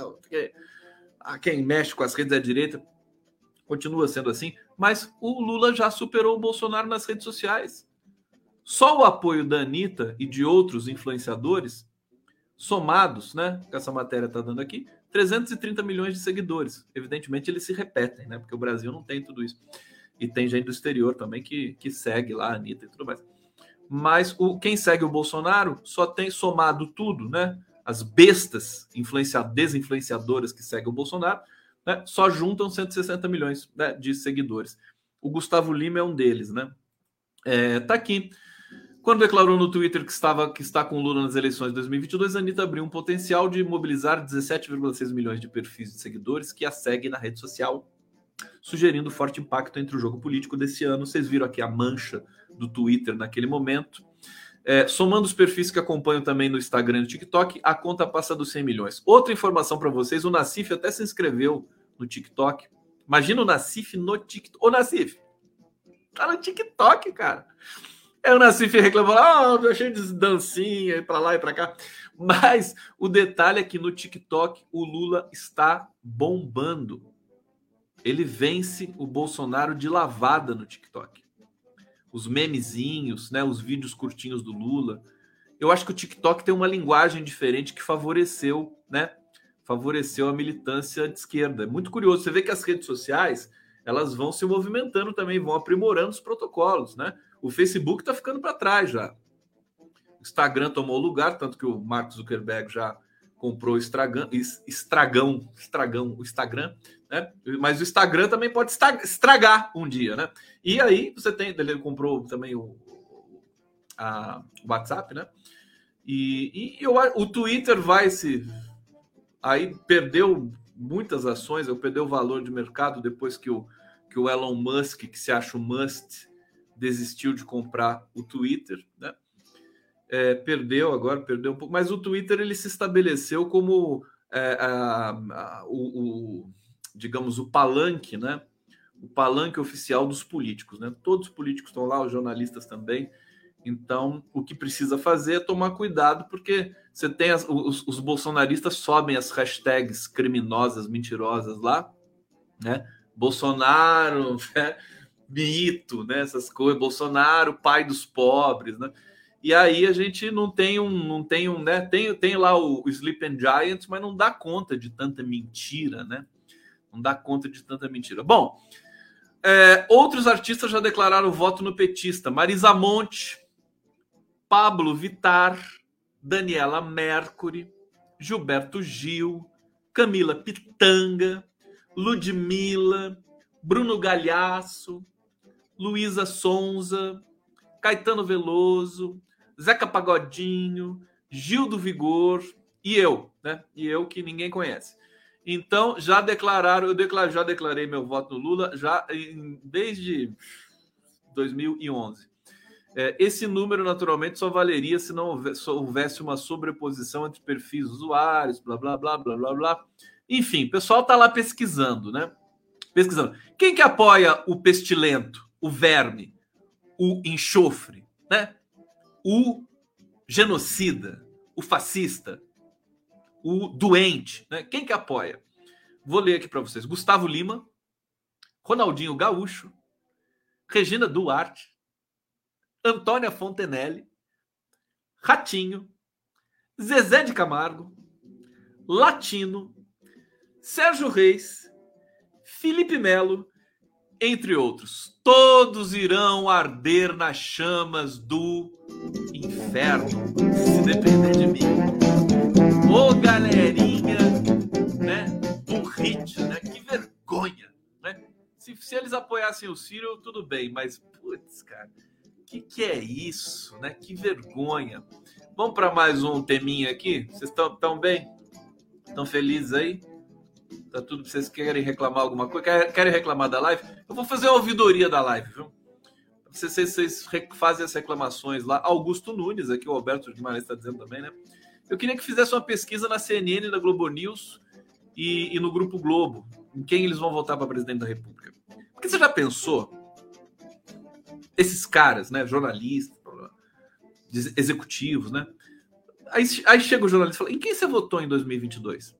Ah, quem mexe com as redes da direita continua sendo assim, mas o Lula já superou o Bolsonaro nas redes sociais. Só o apoio da Anitta e de outros influenciadores, somados, né? Que essa matéria está dando aqui, trezentos e trinta milhões de seguidores. Evidentemente, eles se repetem, né? Porque o Brasil não tem tudo isso. E tem gente do exterior também que, que segue lá a Anitta e tudo mais. Mas o, quem segue o Bolsonaro só tem somado tudo, né? As bestas influencia, desinfluenciadoras que seguem o Bolsonaro, né? Só juntam cento e sessenta milhões, né, de seguidores. O Gustavo Lima é um deles, né? É, tá aqui. Quando declarou no Twitter que, estava, que está com Lula nas eleições de dois mil e vinte e dois, a Anitta abriu um potencial de mobilizar dezessete vírgula seis milhões de perfis de seguidores que a seguem na rede social, sugerindo forte impacto entre o jogo político desse ano. Vocês viram aqui a mancha do Twitter naquele momento. É, somando os perfis que acompanham também no Instagram e no TikTok, a conta passa dos cem milhões. Outra informação para vocês, o Nassif até se inscreveu no TikTok. Imagina o Nassif no TikTok. Ô, Nassif, tá no TikTok, cara. É o Nassif reclamando, ah, oh, cheio de dancinha para lá e para cá. Mas o detalhe é que no TikTok o Lula está bombando. Ele vence o Bolsonaro de lavada no TikTok. Os memezinhos, né, os vídeos curtinhos do Lula. Eu acho que o TikTok tem uma linguagem diferente que favoreceu, né, favoreceu a militância de esquerda. É muito curioso. Você vê que as redes sociais, elas vão se movimentando também, vão aprimorando os protocolos, né? O Facebook está ficando para trás já. O Instagram tomou lugar, tanto que o Mark Zuckerberg já comprou o Estragão, estragão, estragão, o Instagram, né? Mas o Instagram também pode estragar um dia, né? E aí você tem, ele comprou também o, a, o WhatsApp, né? E, e eu, o Twitter vai se, aí perdeu muitas ações, perdeu o valor de mercado depois que o, que o Elon Musk, que se acha o must, desistiu de comprar o Twitter, né? É, perdeu agora, perdeu um pouco, mas o Twitter ele se estabeleceu como é, a, a, o, o, digamos, o palanque, né? O palanque oficial dos políticos, né? Todos os políticos estão lá, os jornalistas também. Então, o que precisa fazer é tomar cuidado, porque você tem as, os, os bolsonaristas sobem as hashtags criminosas, mentirosas lá, né? Bolsonaro, né? Mito, né? Essas coisas, Bolsonaro, pai dos pobres, né? E aí a gente não tem um, não tem um, né? Tem, tem lá o, o Sleeping Giants, mas não dá conta de tanta mentira, né? Não dá conta de tanta mentira. Bom, é, outros artistas já declararam voto no petista. Marisa Monte, Pablo Vittar, Daniela Mercury, Gilberto Gil, Camila Pitanga, Ludmilla, Bruno Galhaço, Luísa Sonza, Caetano Veloso, Zeca Pagodinho, Gil do Vigor e eu, né? E eu que ninguém conhece. Então, já declararam, eu declaro, já declarei meu voto no Lula já em, desde dois mil e onze. É, esse número, naturalmente, só valeria se não houvesse, só houvesse uma sobreposição entre perfis usuários, blá, blá, blá, blá, blá, blá. Enfim, o pessoal está lá pesquisando, né? Pesquisando. Quem que apoia o pestilento, o verme, o enxofre, né? O genocida, o fascista, o doente, né? Quem que apoia? Vou ler aqui para vocês. Gustavo Lima, Ronaldinho Gaúcho, Regina Duarte, Antônia Fontenelle, Ratinho, Zezé de Camargo, Latino, Sérgio Reis, Felipe Melo, entre outros. Todos irão arder nas chamas do inferno, se depender de mim. Ô, galerinha, né, do hit, né? Que vergonha, né? Se, se eles apoiassem o Ciro, tudo bem, mas, putz, cara, que que é isso, né? Que vergonha. Vamos para mais um teminha aqui? Vocês estão tão bem? Estão felizes aí? Tá tudo, vocês querem reclamar alguma coisa? Querem reclamar da live? Eu vou fazer a ouvidoria da live, viu? Vocês, vocês, vocês fazem as reclamações lá. Augusto Nunes, aqui o Alberto Guimarães está dizendo também, né? Eu queria que fizesse uma pesquisa na C N N, na Globo News e, e no Grupo Globo, em quem eles vão votar para presidente da República. Porque você já pensou? Esses caras, né? Jornalistas, executivos, né? Aí, aí chega o jornalista e fala: em quem você votou em dois mil e vinte e dois?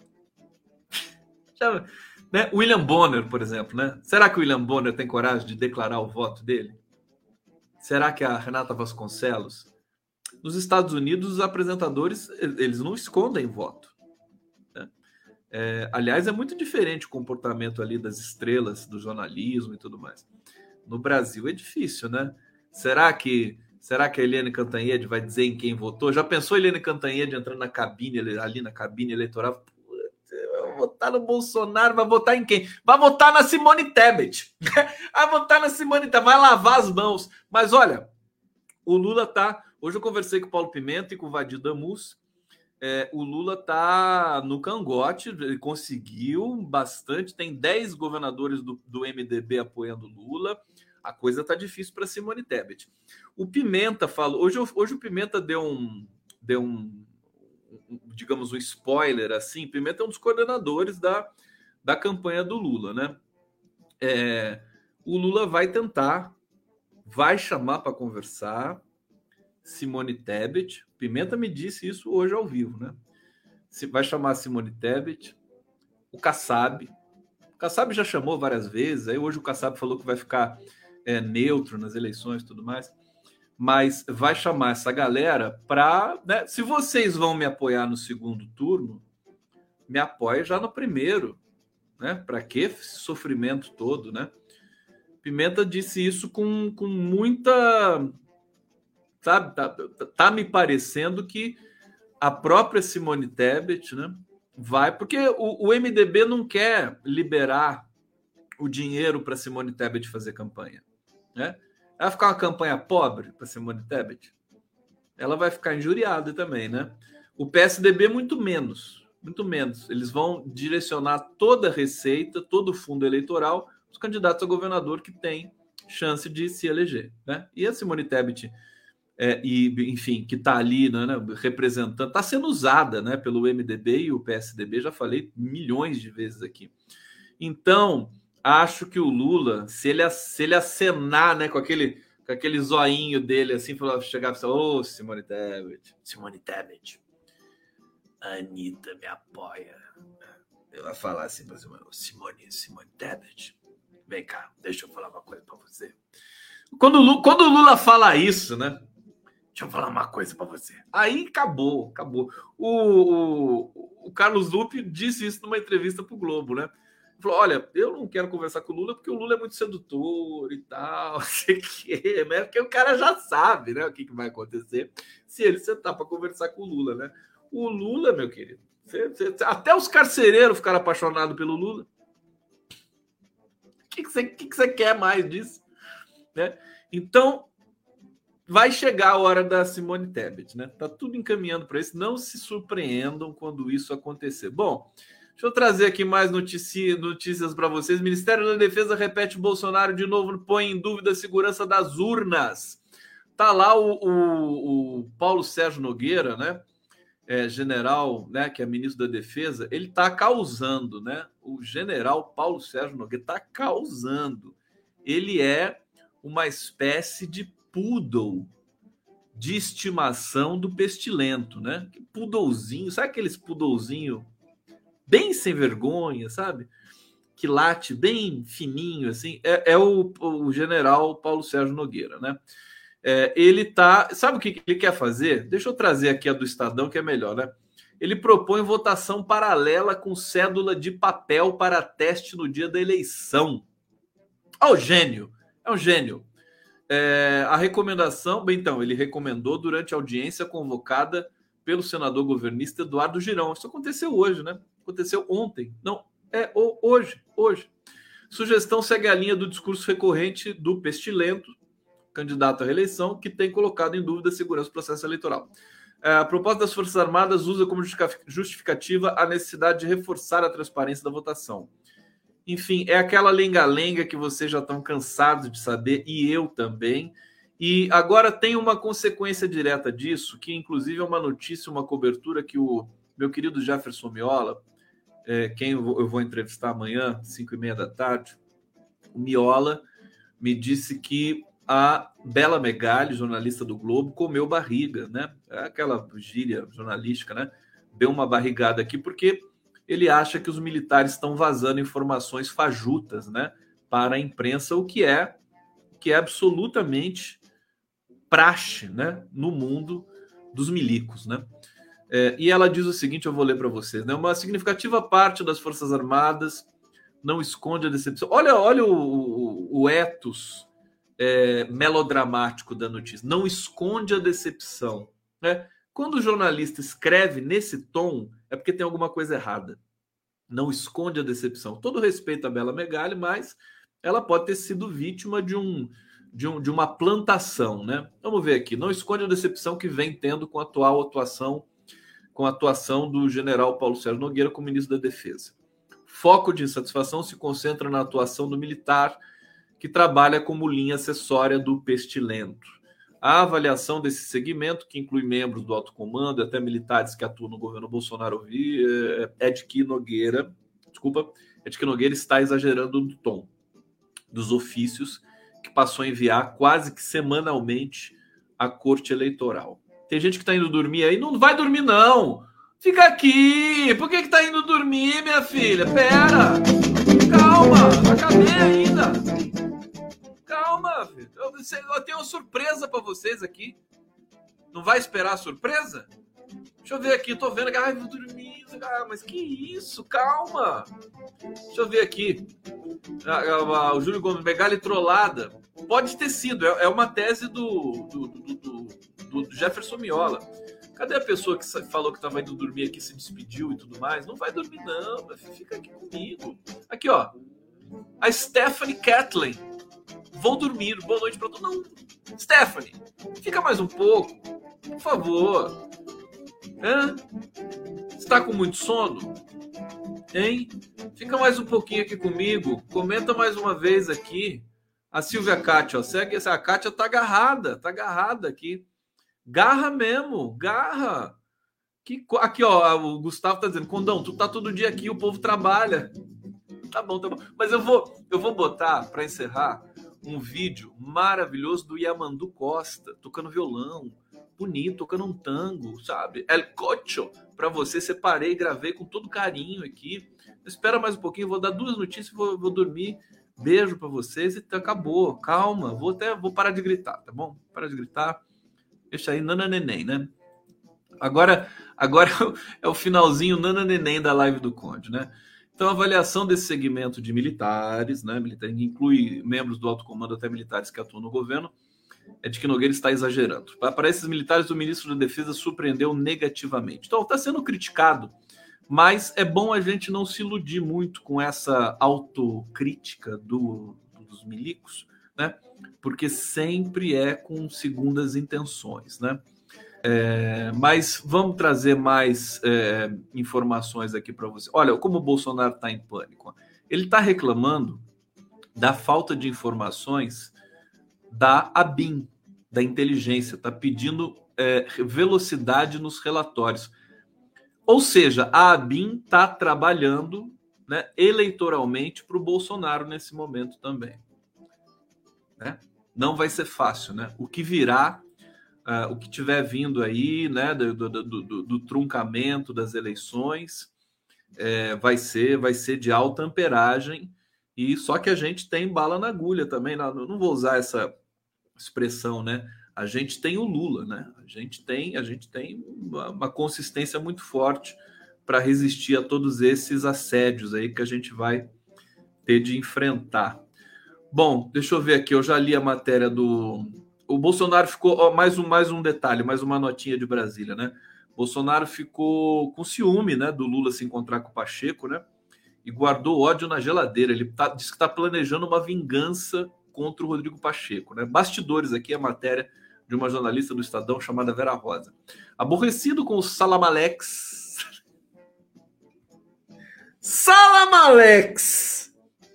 Já, né? William Bonner, por exemplo, né? Será que o William Bonner tem coragem de declarar o voto dele? Será que a Renata Vasconcelos? Nos Estados Unidos, os apresentadores, eles não escondem voto. Né? É, aliás, é muito diferente o comportamento ali das estrelas do jornalismo e tudo mais. No Brasil é difícil, né? Será que, será que a Eliane Cantanhede vai dizer em quem votou? Já pensou a Eliane Cantanhede entrando na cabine, ali na cabine eleitoral? Vai votar no Bolsonaro, vai votar em quem? Vai votar na Simone Tebet. Vai votar na Simone Tebet, vai lavar as mãos. Mas olha, o Lula tá... Hoje eu conversei com o Paulo Pimenta e com o Vadir Damus. É, o Lula tá no cangote, ele conseguiu bastante. Tem dez governadores do, do M D B apoiando o Lula. A coisa tá difícil para Simone Tebet. O Pimenta falou... Hoje, hoje o Pimenta deu um... Deu um digamos, um spoiler assim. Pimenta é um dos coordenadores da, da campanha do Lula, né? É, o Lula vai tentar, vai chamar para conversar Simone Tebet. Pimenta me disse isso hoje ao vivo, né? Vai chamar Simone Tebet, o Kassab. O Kassab já chamou várias vezes, aí hoje o Kassab falou que vai ficar é, neutro nas eleições e tudo mais. Mas vai chamar essa galera para... Né, se vocês vão me apoiar no segundo turno, me apoie já no primeiro. Né? Para que esse sofrimento todo? Né? Pimenta disse isso com, com muita... Sabe, tá, tá me parecendo que a própria Simone Tebet, né, vai... Porque o, o M D B não quer liberar o dinheiro para Simone Tebet fazer campanha. Né? Vai ficar uma campanha pobre para Simone Tebet? Ela vai ficar injuriada também, né? O P S D B muito menos, muito menos. Eles vão direcionar toda a receita, todo o fundo eleitoral os candidatos a governador que têm chance de se eleger, né? E a Simone Tebet, é, e, enfim, que está ali, né, representando, está sendo usada, né, pelo M D B e o P S D B, já falei milhões de vezes aqui. Então... Acho que o Lula, se ele, se ele acenar, né, com aquele, com aquele zoinho dele, assim, falar, chegar e falar: ô, Simone Tebet, Simone Tebet, a Anitta me apoia. Eu vou falar assim para Simone, Simone, Simone Tebet, vem cá, deixa eu falar uma coisa para você. Quando o, Lula, quando o Lula fala isso, né, deixa eu falar uma coisa para você. Aí acabou, acabou. O, o, o Carlos Lupe disse isso numa entrevista para o Globo, né? Falou: olha, eu não quero conversar com o Lula porque o Lula é muito sedutor e tal, não sei o quê, né? Porque o cara já sabe, né, o que, que vai acontecer se ele sentar para conversar com o Lula, né? O Lula, meu querido, você, você, até os carcereiros ficaram apaixonados pelo Lula. O que, que, você, que, que você quer mais disso? Né? Então, vai chegar a hora da Simone Tebet, né? Tá tudo encaminhando para isso. Não se surpreendam quando isso acontecer. Bom, deixa eu trazer aqui mais notícia, notícias para vocês. Ministério da Defesa repete: Bolsonaro de novo põe em dúvida a segurança das urnas. Tá lá o, o, o Paulo Sérgio Nogueira, né? É, general, né? Que é ministro da Defesa. Ele tá causando, né? O general Paulo Sérgio Nogueira tá causando. Ele é uma espécie de poodle de estimação do Pestilento, né? Que poodlezinho, sabe aqueles poodlezinho bem sem vergonha, sabe? Que late bem fininho, assim. É, é o, o general Paulo Sérgio Nogueira, né? É, ele tá... Sabe o que ele quer fazer? Deixa eu trazer aqui a do Estadão, que é melhor, né? Ele propõe votação paralela com cédula de papel para teste no dia da eleição. Ó, o gênio! É um gênio. É, a recomendação... Bem, então, ele recomendou durante a audiência convocada pelo senador governista Eduardo Girão. Isso aconteceu hoje, né? Aconteceu ontem. Não, é hoje. Hoje. Sugestão segue a linha do discurso recorrente do Pestilento, candidato à reeleição, que tem colocado em dúvida a segurança do processo eleitoral. A proposta das Forças Armadas usa como justificativa a necessidade de reforçar a transparência da votação. Enfim, é aquela lenga-lenga que vocês já estão cansados de saber, e eu também. E agora tem uma consequência direta disso, que inclusive é uma notícia, uma cobertura que o meu querido Jefferson Miola, é, quem eu vou, eu vou entrevistar amanhã, cinco e meia da tarde, o Miola me disse que a Bela Megali, jornalista do Globo, comeu barriga, né? É aquela gíria jornalística, né? Deu uma barrigada aqui porque ele acha que os militares estão vazando informações fajutas, né, para a imprensa, o que é, que é absolutamente praxe, né, no mundo dos milicos, né? É, e ela diz o seguinte, eu vou ler para vocês, né? Uma significativa parte das Forças Armadas não esconde a decepção. Olha, olha o, o, o ethos é, melodramático da notícia. Não esconde a decepção, né? Quando o jornalista escreve nesse tom, é porque tem alguma coisa errada. Não esconde a decepção. Todo respeito à Bela Megali, mas ela pode ter sido vítima de, um, de, um, de uma plantação, né? Vamos ver aqui. Não esconde a decepção que vem tendo com a atual atuação, com a atuação do general Paulo Sérgio Nogueira como ministro da Defesa. Foco de insatisfação se concentra na atuação do militar, que trabalha como linha acessória do pestilento. A avaliação desse segmento, que inclui membros do alto comando e até militares que atuam no governo Bolsonaro, é de que Nogueira, desculpa, é de que Nogueira está exagerando no tom dos ofícios que passou a enviar quase que semanalmente à Corte Eleitoral. Tem gente que está indo dormir aí, não vai dormir não, fica aqui, por que que tá indo dormir, minha filha? Pera, calma, não acabei ainda. Calma, filho. Eu, eu tenho uma surpresa para vocês aqui. Não vai esperar a surpresa? Deixa eu ver aqui, tô vendo que... Ai, vou dormir. Ah, mas que isso? Calma. Deixa eu ver aqui. O Júlio Gomes, Megali trollada. Pode ter sido. É uma tese do, do, do, do, do Jefferson Miola. Cadê a pessoa que falou que estava indo dormir aqui, se despediu e tudo mais? Não vai dormir não, fica aqui comigo. Aqui, ó. A Stephanie Kathleen. Vou dormir. Boa noite para todo mundo. Não, Stephanie, fica mais um pouco, por favor. Hã? Está com muito sono? Hein? Fica mais um pouquinho aqui comigo. Comenta mais uma vez aqui. A Silvia Kátia, ó, segue essa. A Kátia tá agarrada, tá agarrada aqui. Garra mesmo, garra. Que, aqui, ó, o Gustavo tá dizendo, Condão, tu tá todo dia aqui, o povo trabalha. Tá bom, tá bom. Mas eu vou, eu vou botar, para encerrar, um vídeo maravilhoso do Yamandu Costa, tocando violão, bonito, tocando um tango, sabe? El Cocho, para você, separei, gravei com todo carinho aqui. Espera mais um pouquinho, vou dar duas notícias e vou, vou dormir. Beijo para vocês e acabou. Calma, vou até vou parar de gritar, tá bom? Parar de gritar. Deixa aí, nana neném, né? Agora, agora é o finalzinho nana neném da live do Conde, né? Então, a avaliação desse segmento de militares, né, militares, que inclui membros do alto comando até militares que atuam no governo, é de que Nogueira está exagerando. Para esses militares, o ministro da Defesa surpreendeu negativamente. Então, está sendo criticado, mas é bom a gente não se iludir muito com essa autocrítica do, dos milicos, né? Porque sempre é com segundas intenções, né? É, mas vamos trazer mais é, informações aqui para você. Olha, como o Bolsonaro está em pânico. Ele está reclamando da falta de informações da ABIN, da inteligência, está pedindo é, velocidade nos relatórios. Ou seja, a ABIN está trabalhando, né, eleitoralmente para o Bolsonaro nesse momento também. Né? Não vai ser fácil, né? O que virá, uh, o que tiver vindo aí, né, do, do, do, do, do truncamento das eleições, é, vai ser, vai ser de alta amperagem, e só que a gente tem bala na agulha também. Não, não vou usar essa expressão, né? A gente tem o Lula, né? A gente tem, a gente tem uma, uma consistência muito forte para resistir a todos esses assédios aí que a gente vai ter de enfrentar. Bom, deixa eu ver aqui, eu já li a matéria do... O Bolsonaro ficou... Ó, mais, um, mais um detalhe, mais uma notinha de Brasília, né? Bolsonaro ficou com ciúme, né, do Lula se encontrar com o Pacheco, né? E guardou ódio na geladeira. Ele tá, disse que está planejando uma vingança contra o Rodrigo Pacheco, né? Bastidores aqui, a matéria de uma jornalista do Estadão chamada Vera Rosa. Aborrecido com os salamalex... Salamalex!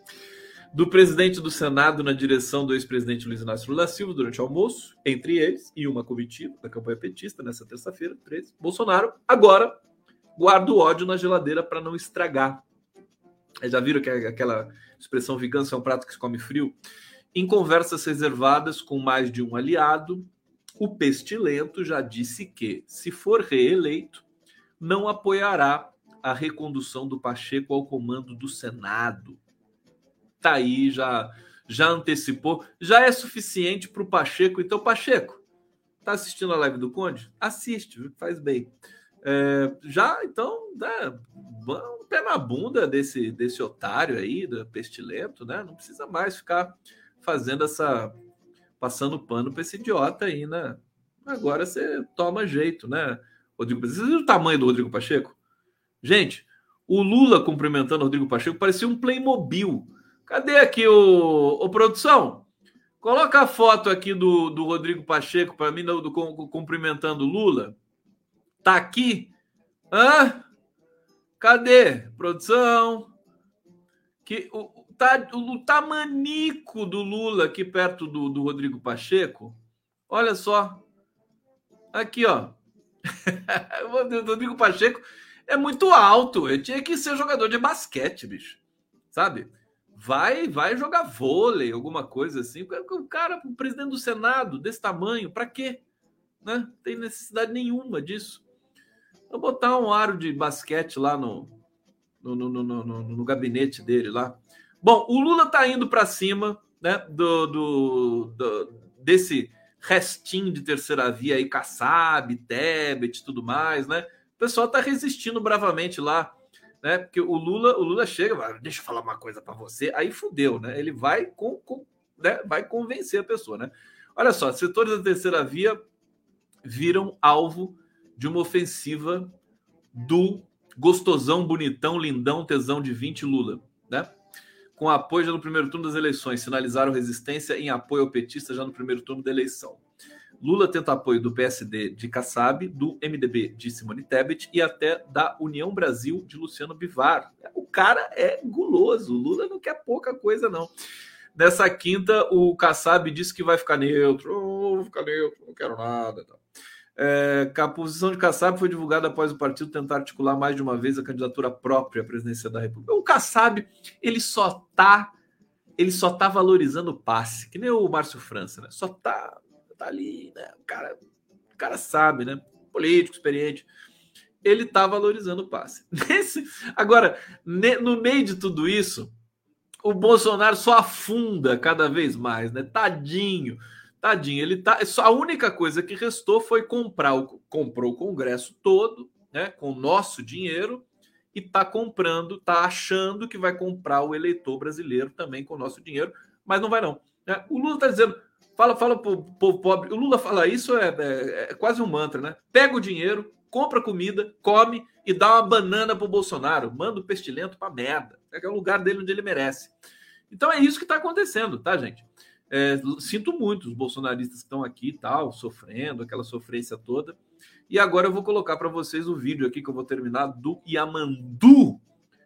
do presidente do Senado na direção do ex-presidente Luiz Inácio Lula da Silva durante o almoço, entre eles, e uma comitiva da campanha petista, nessa terça-feira, treze. Bolsonaro agora guarda o ódio na geladeira para não estragar. Já viram que aquela expressão vingança é um prato que se come frio? Em conversas reservadas com mais de um aliado, o pestilento já disse que, se for reeleito, não apoiará a recondução do Pacheco ao comando do Senado. Tá aí, já, já antecipou. Já é suficiente para o Pacheco. Então, Pacheco, tá assistindo a live do Conde? Assiste, viu? Faz bem. É, já, então, né, um pé na bunda desse, desse otário aí, do pestilento, né? Não precisa mais ficar fazendo essa... passando pano para esse idiota aí, né? Agora você toma jeito, né, Rodrigo? Vocês viram o tamanho do Rodrigo Pacheco? Gente, o Lula cumprimentando o Rodrigo Pacheco parecia um Playmobil. Cadê aqui o, o produção? Coloca a foto aqui do, do Rodrigo Pacheco para mim, do, do, cumprimentando o Lula. Tá aqui? Hã? Cadê? Produção? Que, o, tá, o, o tamanico do Lula aqui perto do, do Rodrigo Pacheco. Olha só. Aqui, ó. O Rodrigo Pacheco é muito alto. Ele tinha que ser jogador de basquete, bicho. Sabe? Vai, vai jogar vôlei, alguma coisa assim. O cara, o presidente do Senado, desse tamanho, para quê? Né? Não tem necessidade nenhuma disso. Vou botar um aro de basquete lá no, no, no, no, no, no gabinete dele lá. Bom, o Lula tá indo para cima, né, do, do, do, desse restinho de terceira via aí, Kassab, Tebet e tudo mais, né? O pessoal tá resistindo bravamente lá, né? Porque o Lula, o Lula chega, vai, deixa eu falar uma coisa para você, aí fudeu, né? Ele vai, com, com, né, vai convencer a pessoa, né? Olha só, setores da terceira via viram alvo de uma ofensiva do gostosão, bonitão, lindão, tesão de vinte Lula, né? Com apoio já no primeiro turno das eleições, sinalizaram resistência em apoio ao petista já no primeiro turno da eleição. Lula tenta apoio do P S D de Kassab, do M D B de Simone Tebet e até da União Brasil de Luciano Bivar. O cara é guloso, o Lula não quer pouca coisa, não. Nessa quinta, o Kassab disse que vai ficar neutro. Oh, vou ficar neutro, não quero nada. É, a posição de Kassab foi divulgada após o partido tentar articular mais de uma vez a candidatura própria à presidência da República. O Kassab, ele só tá, ele só tá valorizando o passe, que nem o Márcio França, né? Só tá, tá ali, né? O cara, o cara sabe, né? Político, experiente. Ele tá valorizando o passe. Nesse, agora, ne, no meio de tudo isso, o Bolsonaro só afunda cada vez mais, né? Tadinho. Tadinho, ele tá. A única coisa que restou foi comprar o, comprou o Congresso todo, né, com o nosso dinheiro, e tá comprando, tá achando que vai comprar o eleitor brasileiro também com o nosso dinheiro, mas não vai não. Né? O Lula tá dizendo, fala, fala pro povo pobre. O Lula fala isso, é, é, é quase um mantra, né? Pega o dinheiro, compra comida, come e dá uma banana pro Bolsonaro, manda o pestilento pra merda. É o lugar dele onde ele merece. Então é isso que tá acontecendo, tá, gente? É, sinto muito os bolsonaristas que estão aqui e tal, sofrendo, aquela sofrência toda. E agora eu vou colocar para vocês o vídeo aqui que eu vou terminar do Yamandu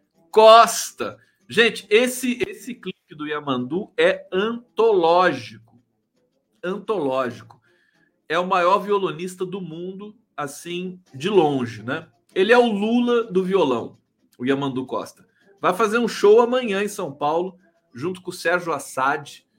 Costa. Gente, esse, esse clipe do Yamandu é antológico. Antológico. É o maior violonista do mundo, assim, de longe, né? Ele é o Lula do violão, o Yamandu Costa. Vai fazer um show amanhã em São Paulo, junto com o Sérgio Assad.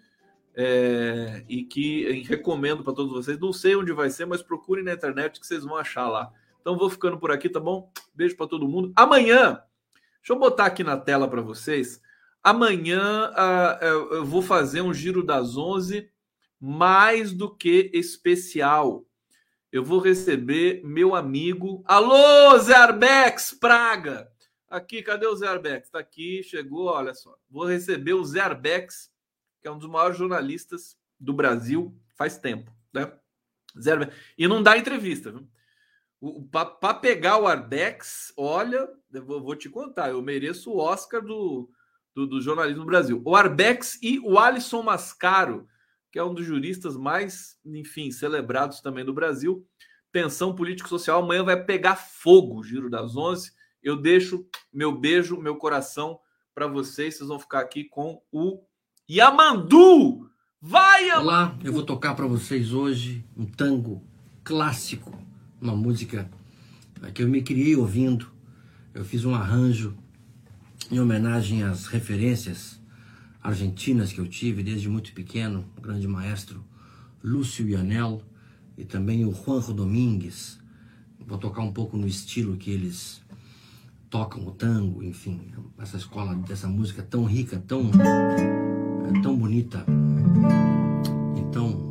É, e que recomendo para todos vocês. Não sei onde vai ser, mas procurem na internet que vocês vão achar lá. Então vou ficando por aqui, tá bom? Beijo para todo mundo. Amanhã, deixa eu botar aqui na tela para vocês. Amanhã uh, eu vou fazer um Giro das onze mais do que especial. Eu vou receber meu amigo... Alô, Zé Arbex Praga! Aqui, cadê o Zé Arbex? Tá aqui, chegou, olha só. Vou receber o Zé Arbex, que é um dos maiores jornalistas do Brasil faz tempo, né? Zero... E não dá entrevista, viu? Para pegar o Arbex, olha, eu vou, vou te contar, eu mereço o Oscar do, do, do jornalismo no Brasil. O Arbex e o Alisson Mascaro, que é um dos juristas mais, enfim, celebrados também do Brasil. Pensão político-social, amanhã vai pegar fogo o Giro das onze. Eu deixo meu beijo, meu coração para vocês, vocês vão ficar aqui com o Yamandu! Vai, Yamandu! Olá, eu vou tocar para vocês hoje um tango clássico, uma música que eu me criei ouvindo. Eu fiz um arranjo em homenagem às referências argentinas que eu tive desde muito pequeno, o grande maestro Lúcio Yanel e também o Juanjo Domingues. Vou tocar um pouco no estilo que eles tocam o tango, enfim, essa escola dessa música tão rica, tão, tão bonita. Então,